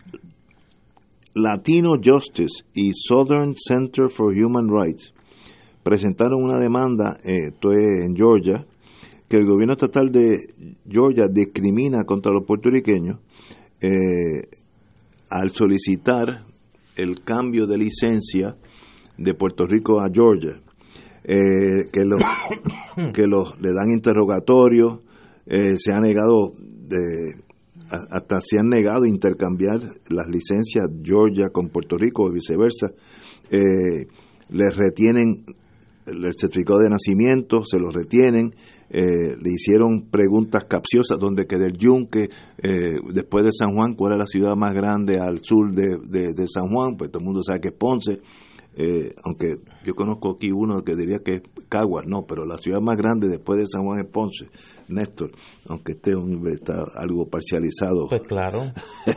Latino Justice y Southern Center for Human Rights presentaron una demanda, eh, esto es en Georgia, que el gobierno estatal de Georgia discrimina contra los puertorriqueños eh, al solicitar el cambio de licencia de Puerto Rico a Georgia. Eh, que los que los le dan interrogatorios, eh, se ha negado de, hasta se han negado a intercambiar las licencias Georgia con Puerto Rico o viceversa. Eh, les retienen el certificado de nacimiento, se los retienen, eh, le hicieron preguntas capciosas donde que del Yunque, eh, después de San Juan, ¿cuál es la ciudad más grande al sur de, de, de San Juan? Pues todo el mundo sabe que es Ponce. Eh, aunque yo conozco aquí uno que diría que es Caguas, no, pero la ciudad más grande después de San Juan es Ponce, Néstor, aunque esté está algo parcializado. Pues claro.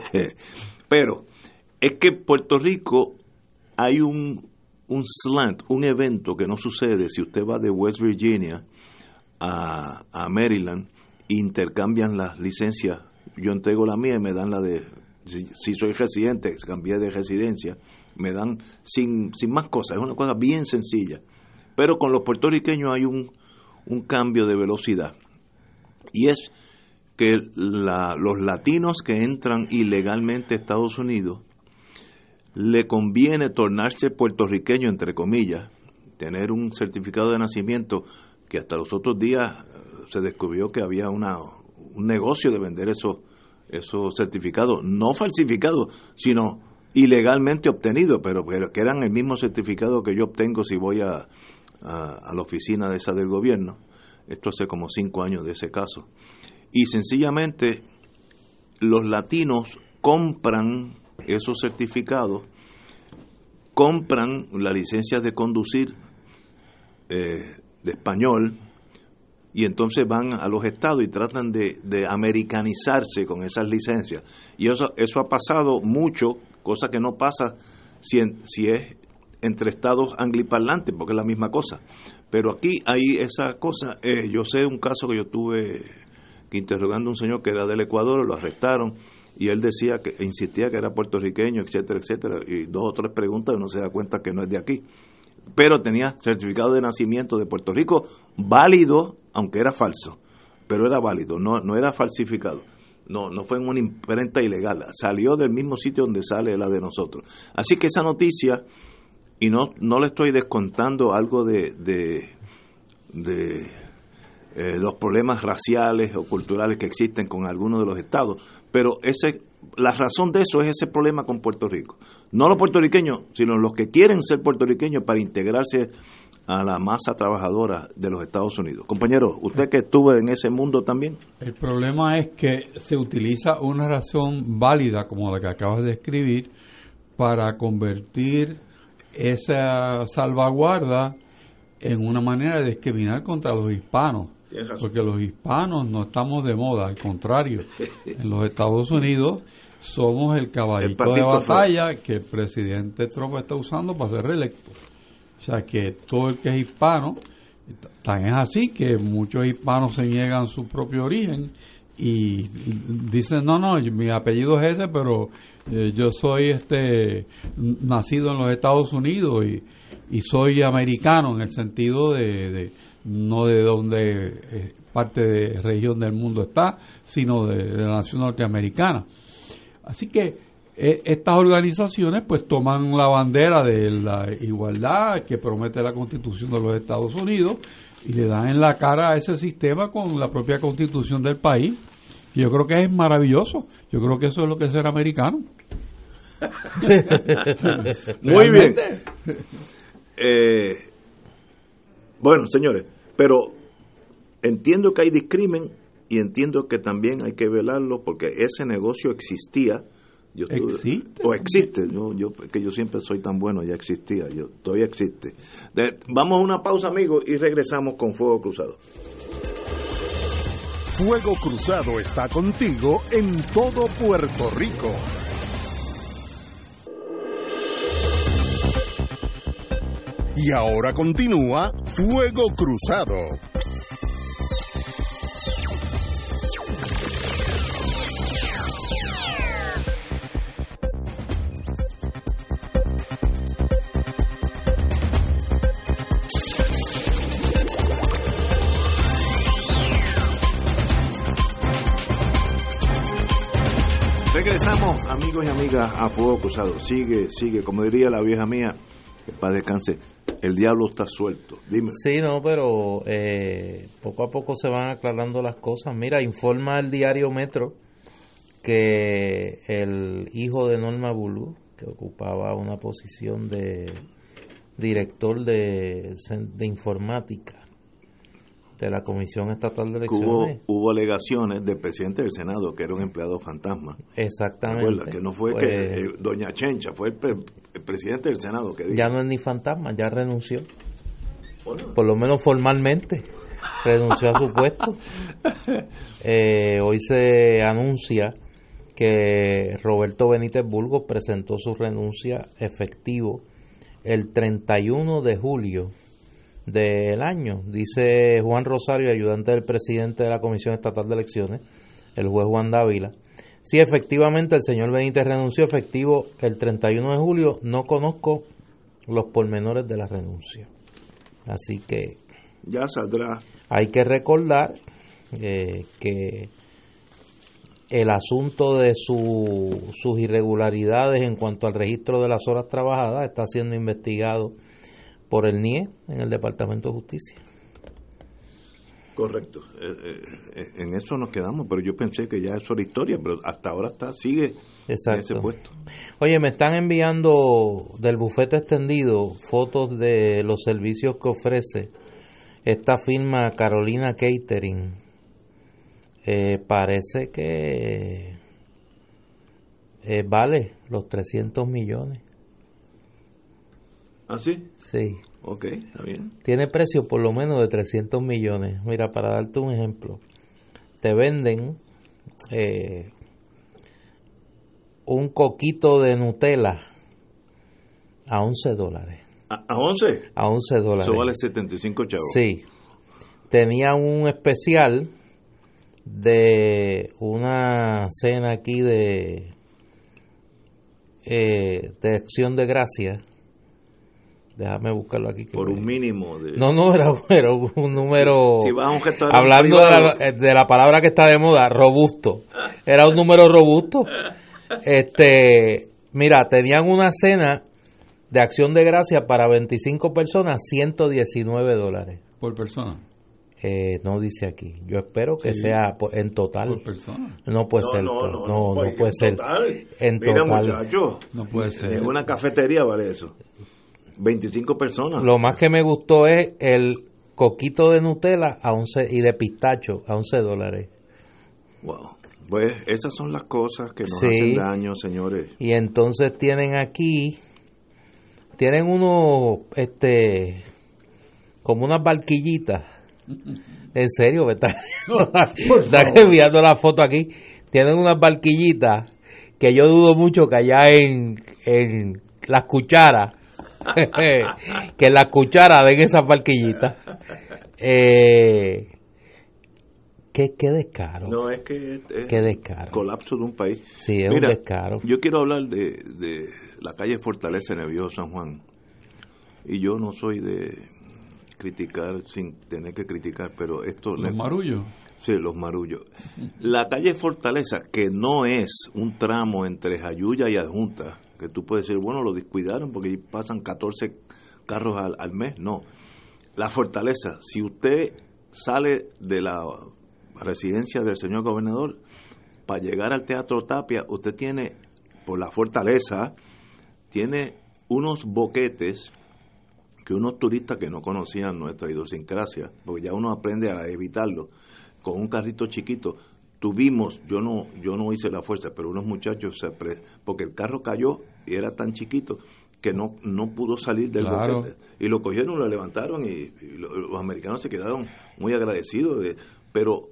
Pero es que en Puerto Rico hay un, un slant, un evento que no sucede si usted va de West Virginia a, a Maryland, intercambian las licencias, yo entrego la mía y me dan la de, si, si soy residente, cambié de residencia, me dan sin sin más cosas, es una cosa bien sencilla. Pero con los puertorriqueños hay un, un cambio de velocidad, y es que la, los latinos que entran ilegalmente a Estados Unidos le conviene tornarse puertorriqueño, entre comillas, tener un certificado de nacimiento, que hasta los otros días se descubrió que había una un negocio de vender esos esos certificados, no falsificados, sino ilegalmente obtenido, pero, pero que eran el mismo certificado que yo obtengo si voy a, a, a la oficina de esa del gobierno. Esto hace como cinco años de ese caso. Y sencillamente los latinos compran esos certificados, compran la licencia de conducir eh, de español, y entonces van a los estados y tratan de, de americanizarse con esas licencias. Y eso, eso ha pasado mucho, cosa que no pasa si, en, si es entre estados angliparlantes, porque es la misma cosa. Pero aquí hay esa cosa. Eh, yo sé un caso que yo tuve que interrogando a un señor que era del Ecuador, lo arrestaron, y él decía que insistía que era puertorriqueño, etcétera, etcétera, y dos o tres preguntas y uno se da cuenta que no es de aquí. Pero tenía certificado de nacimiento de Puerto Rico válido, aunque era falso, pero era válido, no no era falsificado. No, no fue en una imprenta ilegal, salió del mismo sitio donde sale la de nosotros. Así que esa noticia, y no no le estoy descontando algo de de, de eh, los problemas raciales o culturales que existen con algunos de los estados, pero ese la razón de eso es ese problema con Puerto Rico. No los puertorriqueños, sino los que quieren ser puertorriqueños para integrarse a la masa trabajadora de los Estados Unidos. Compañero, usted que estuvo en ese mundo también. El problema es que se utiliza una razón válida como la que acabas de escribir para convertir esa salvaguarda en una manera de discriminar contra los hispanos. Porque los hispanos no estamos de moda, al contrario. En los Estados Unidos somos el caballito el de batalla fue. que el presidente Trump está usando para ser reelecto. O sea que todo el que es hispano, tan es así que muchos hispanos se niegan su propio origen y dicen, no, no, mi apellido es ese, pero eh, yo soy este nacido en los Estados Unidos y, y soy americano en el sentido de... de no de donde eh, parte de región del mundo está, sino de, de la nación norteamericana. Así que eh, estas organizaciones pues toman la bandera de la igualdad que promete la Constitución de los Estados Unidos y le dan en la cara a ese sistema con la propia Constitución del país. Y yo creo que es maravilloso. Yo creo que eso es lo que es ser americano. Muy bien. Eh, bueno, señores, pero entiendo que hay discrimen y entiendo que también hay que velarlo porque ese negocio existía. Yo estuve, ¿existe? O existe, yo, yo, que yo siempre soy tan bueno, ya existía, yo todavía existe. De, vamos a una pausa, amigos, y regresamos con Fuego Cruzado. Fuego Cruzado está contigo en todo Puerto Rico. Y ahora continúa Fuego Cruzado. Regresamos, amigos y amigas, a Fuego Cruzado. Sigue, sigue, como diría la vieja mía, que para descanse, el diablo está suelto. Dime. Sí, no, pero eh, poco a poco se van aclarando las cosas. Mira, informa el diario Metro que el hijo de Norma Bulú, que ocupaba una posición de director de, de informática de la Comisión Estatal de Elecciones. Hubo, hubo alegaciones del presidente del Senado que era un empleado fantasma. Exactamente. Que no fue pues, que eh, doña Chencha, fue el, pre, el presidente del Senado que dijo. Ya no es ni fantasma, ya renunció. Bueno. Por lo menos formalmente renunció a su puesto. Eh, hoy se anuncia que Roberto Benítez Burgos presentó su renuncia efectivo el treinta y uno de julio del año, dice Juan Rosario, ayudante del presidente de la Comisión Estatal de Elecciones, el juez Juan Dávila. Sí, efectivamente, el señor Benítez renunció efectivo el treinta y uno de julio. No conozco los pormenores de la renuncia. Así que ya saldrá. Hay que recordar eh, que el asunto de su, sus irregularidades en cuanto al registro de las horas trabajadas está siendo investigado por el N I E en el Departamento de Justicia. Correcto, eh, eh, en eso nos quedamos, pero yo pensé que ya eso era historia, pero hasta ahora está sigue Exacto. en ese puesto. Oye, me están enviando del bufete extendido fotos de los servicios que ofrece esta firma Carolina Catering. Eh, parece que eh, vale los trescientos millones. ¿Ah, sí? Sí. Ok, está bien. Tiene precio por lo menos de trescientos millones. Mira, para darte un ejemplo, te venden eh, un coquito de Nutella a once dólares. ¿A, a once? A once dólares. Eso vale setenta y cinco chavos. Sí. Tenía un especial de una cena aquí de, eh, de Acción de Gracias. Déjame buscarlo aquí. Por un mínimo de... No, no, era, era un número... Si, si vas a un restaurante hablando de la, de la palabra que está de moda, robusto. Era un número robusto. Este, mira, tenían una cena de Acción de Gracias para veinticinco personas, ciento diecinueve dólares. ¿Por persona? Eh, no dice aquí. Yo espero que sí, sea en total. ¿Por persona? No puede no, ser. No, no, no, no, no, no puede ser. Total. En Mira, total. muchacho, no puede ser. En una cafetería vale eso. veinticinco personas. Lo más que me gustó es el coquito de Nutella a once y de pistacho a once dólares. Wow. Pues esas son las cosas que nos sí. hacen daño, señores. Y entonces tienen aquí, tienen unos, este, como unas barquillitas. En serio, me están, están enviando la foto aquí. Tienen unas barquillitas que yo dudo mucho que allá en, en las cucharas, que en las cucharas den esas barquillitas. Eh, ¿Qué, qué descaro? No, es que es qué descaro. Colapso de un país. Sí, es Mira, un descaro. Yo quiero hablar de, de la calle Fortaleza en el Viejo San Juan. Y yo no soy de criticar sin tener que criticar, pero esto... ¿Los marullos? Sí, los marullos. La calle Fortaleza, que no es un tramo entre Jayuya y Adjunta, que tú puedes decir, bueno, lo descuidaron porque pasan catorce carros al, al mes. No. La Fortaleza, si usted sale de la residencia del señor gobernador, para llegar al Teatro Tapia, usted tiene, por la Fortaleza, tiene unos boquetes que unos turistas que no conocían nuestra idiosincrasia, porque ya uno aprende a evitarlo, con un carrito chiquito. Tuvimos, yo no yo no hice la fuerza, pero unos muchachos, se pre, porque el carro cayó y era tan chiquito que no no pudo salir del claro. boquete. Y lo cogieron, lo levantaron y, y lo, los americanos se quedaron muy agradecidos. De, pero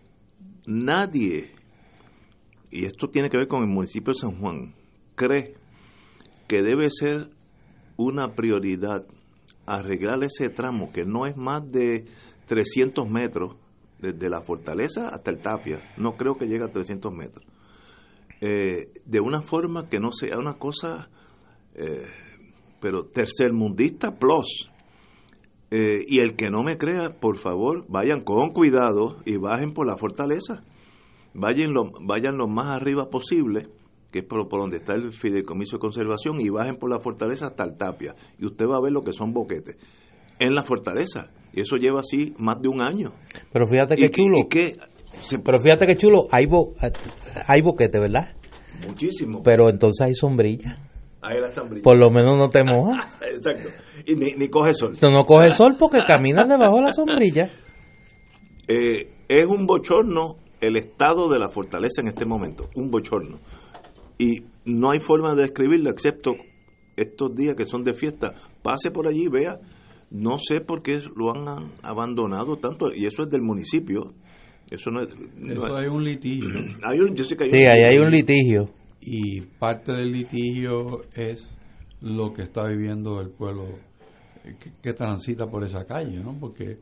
nadie, y esto tiene que ver con el municipio de San Juan, cree que debe ser una prioridad arreglar ese tramo que no es más de trescientos metros desde la fortaleza hasta el Tapia, no creo que llegue a trescientos metros, eh, de una forma que no sea una cosa, eh, pero tercermundista plus. Eh, y el que no me crea, por favor, vayan con cuidado y bajen por la fortaleza, vayan lo, vayan lo más arriba posible, que es por, por donde está el fideicomiso de conservación, y bajen por la fortaleza hasta el Tapia, y usted va a ver lo que son boquetes en la fortaleza, y eso lleva así más de un año. Pero fíjate que chulo, y que se, pero fíjate que chulo, hay bo, hay boquete, ¿verdad? Muchísimo. Pero entonces hay sombrilla. Ahí la están brillando. Por lo menos no te mojas. Exacto. Y ni, ni coge sol. Tú no coges sol porque caminas debajo de la sombrilla. Eh, es un bochorno el estado de la fortaleza en este momento, un bochorno. Y no hay forma de describirlo excepto estos días que son de fiesta. Pase por allí y vea. No sé por qué lo han abandonado tanto, y eso es del municipio. Eso no es. No eso es, hay un litigio. Hay un, yo sé que hay sí, un, ahí hay un litigio. Y parte del litigio es lo que está viviendo el pueblo que, que transita por esa calle, ¿no? Porque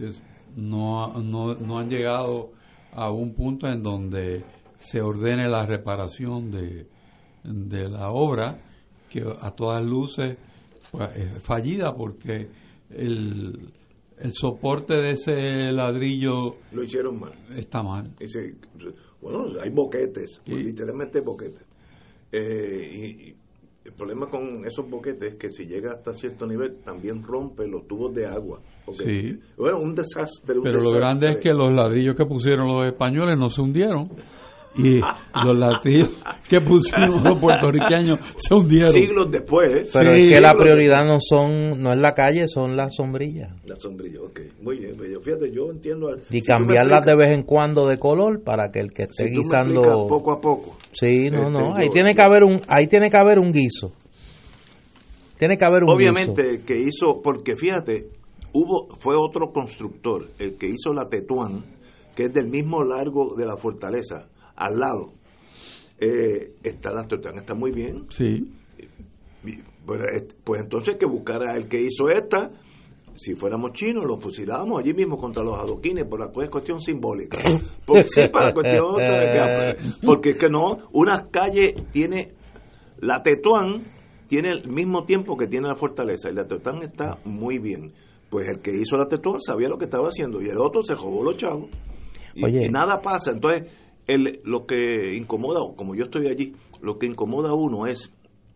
no, no, no han llegado a un punto en donde se ordene la reparación de, de la obra, que a todas luces pues, es fallida porque el, el soporte de ese ladrillo lo hicieron mal. Está mal. Ese, bueno, hay boquetes, ¿Sí? literalmente boquetes. Eh, y, y el problema con esos boquetes es que si llega hasta cierto nivel también rompe los tubos de agua. Porque, sí. Bueno, un desastre. Un Pero desastre. Lo grande es que los ladrillos que pusieron los españoles no se hundieron. Y los ladrillos que pusimos los puertorriqueños se hundieron. Siglos después. ¿eh? Pero sí, es que la prioridad no son no es la calle, son las sombrillas. Las sombrillas, ok. Muy bien. Fíjate, yo entiendo. Y si cambiarlas de vez en cuando de color para que el que esté si tú guisando. Me poco a poco. Sí, no, este, no. Ahí yo, tiene yo, que haber un, ahí tiene que haber un guiso. Tiene que haber un obviamente, guiso. Obviamente que hizo, porque fíjate, hubo fue otro constructor, el que hizo la Tetuán, que es del mismo largo de la fortaleza, al lado. Eh, está la Tetuán, está muy bien. Sí. Pues, pues entonces que buscara el que hizo esta. Si fuéramos chinos, lo fusilábamos allí mismo contra los adoquines, por la cuestión simbólica. Porque, sí, para la cuestión, porque es que no, una calle tiene, la Tetuán tiene el mismo tiempo que tiene la fortaleza, y la Tetuán está muy bien. Pues el que hizo la Tetuán sabía lo que estaba haciendo, y el otro se robó los chavos. Y, Oye. y nada pasa. Entonces, el, lo que incomoda, como yo estoy allí, lo que incomoda a uno es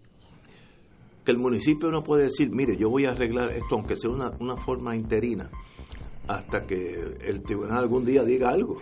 que el municipio no puede decir, mire, yo voy a arreglar esto, aunque sea una, una forma interina, hasta que el tribunal algún día diga algo.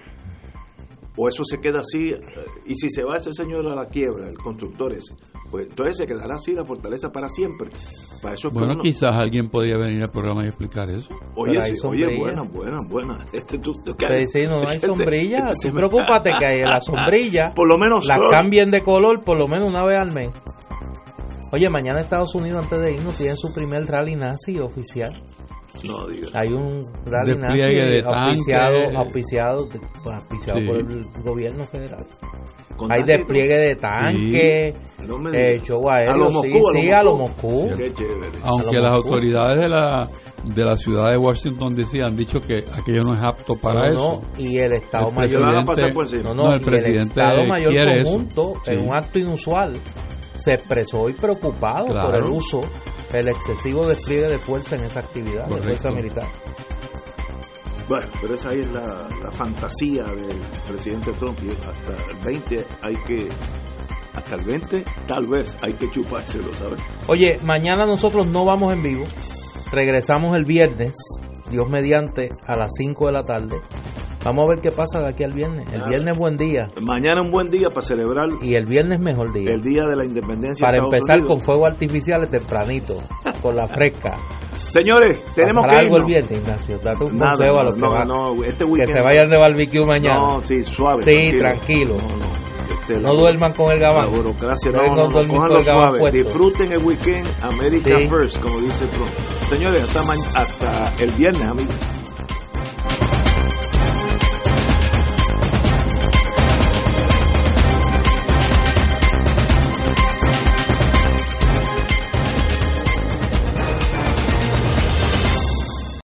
O eso se queda así, y si se va ese señor a la quiebra, el constructor ese, pues entonces se quedará así la fortaleza para siempre. Para eso es bueno, uno, quizás alguien podría venir al programa y explicar eso. Oye, sí, oye, buena, buena, buena. Este, tú, tú, sí, sí, no, no hay sombrilla. Este, tú preocúpate que hay la sombrilla, por lo menos la cambien de color por lo menos una vez al mes. Oye, mañana Estados Unidos, antes de irnos, tiene su primer rally nazi oficial. No, diga. Hay un rally Despliegue nazi auspiciado, tanque. auspiciado, auspiciado Sí. por el gobierno federal. Con Hay tanque, despliegue de tanque, sí. No me eh, digas. show aéreo, a lo sí, Moscú, sí, a lo Moscú. Qué chévere. Aunque A lo las Moscú. autoridades de la de la ciudad de Washington D C han dicho que aquello no es apto para no, eso. No, y el Estado El Mayor, van a pasar por encima. no, no, No, el y presidente el Estado Mayor quiere conjunto, eso. en Sí. un acto inusual, se expresó hoy preocupado Claro. por el uso, el excesivo despliegue de fuerza en esa actividad, Correcto. de fuerza militar. Bueno, pero esa ahí es la, la fantasía del presidente Trump, y hasta el veinte hay que, hasta el veinte tal vez hay que chupárselo, ¿sabes? Oye, mañana nosotros no vamos en vivo, regresamos el viernes, Dios mediante, a las cinco de la tarde. Vamos a ver qué pasa de aquí al viernes. El Nada. viernes buen día Mañana un buen día para celebrar y el viernes mejor día. el Día de la Independencia Para de Estados empezar Unidos. con fuegos artificiales tempranito, con la fresca. Señores, tenemos que algo irnos. el viernes, Ignacio. Date un Nada, consejo no, a los no, que, va, no, este weekend, que se vayan de barbecue mañana. No, sí, suave. Sí, tranquilo. tranquilo. No, no, este, no duerman con el gabán. La burocracia, no, no, no, no, cójanlo suave. Puesto. Disfruten el weekend, America sí. First, como dice Trump. Señores, hasta, ma- hasta el viernes, amigos.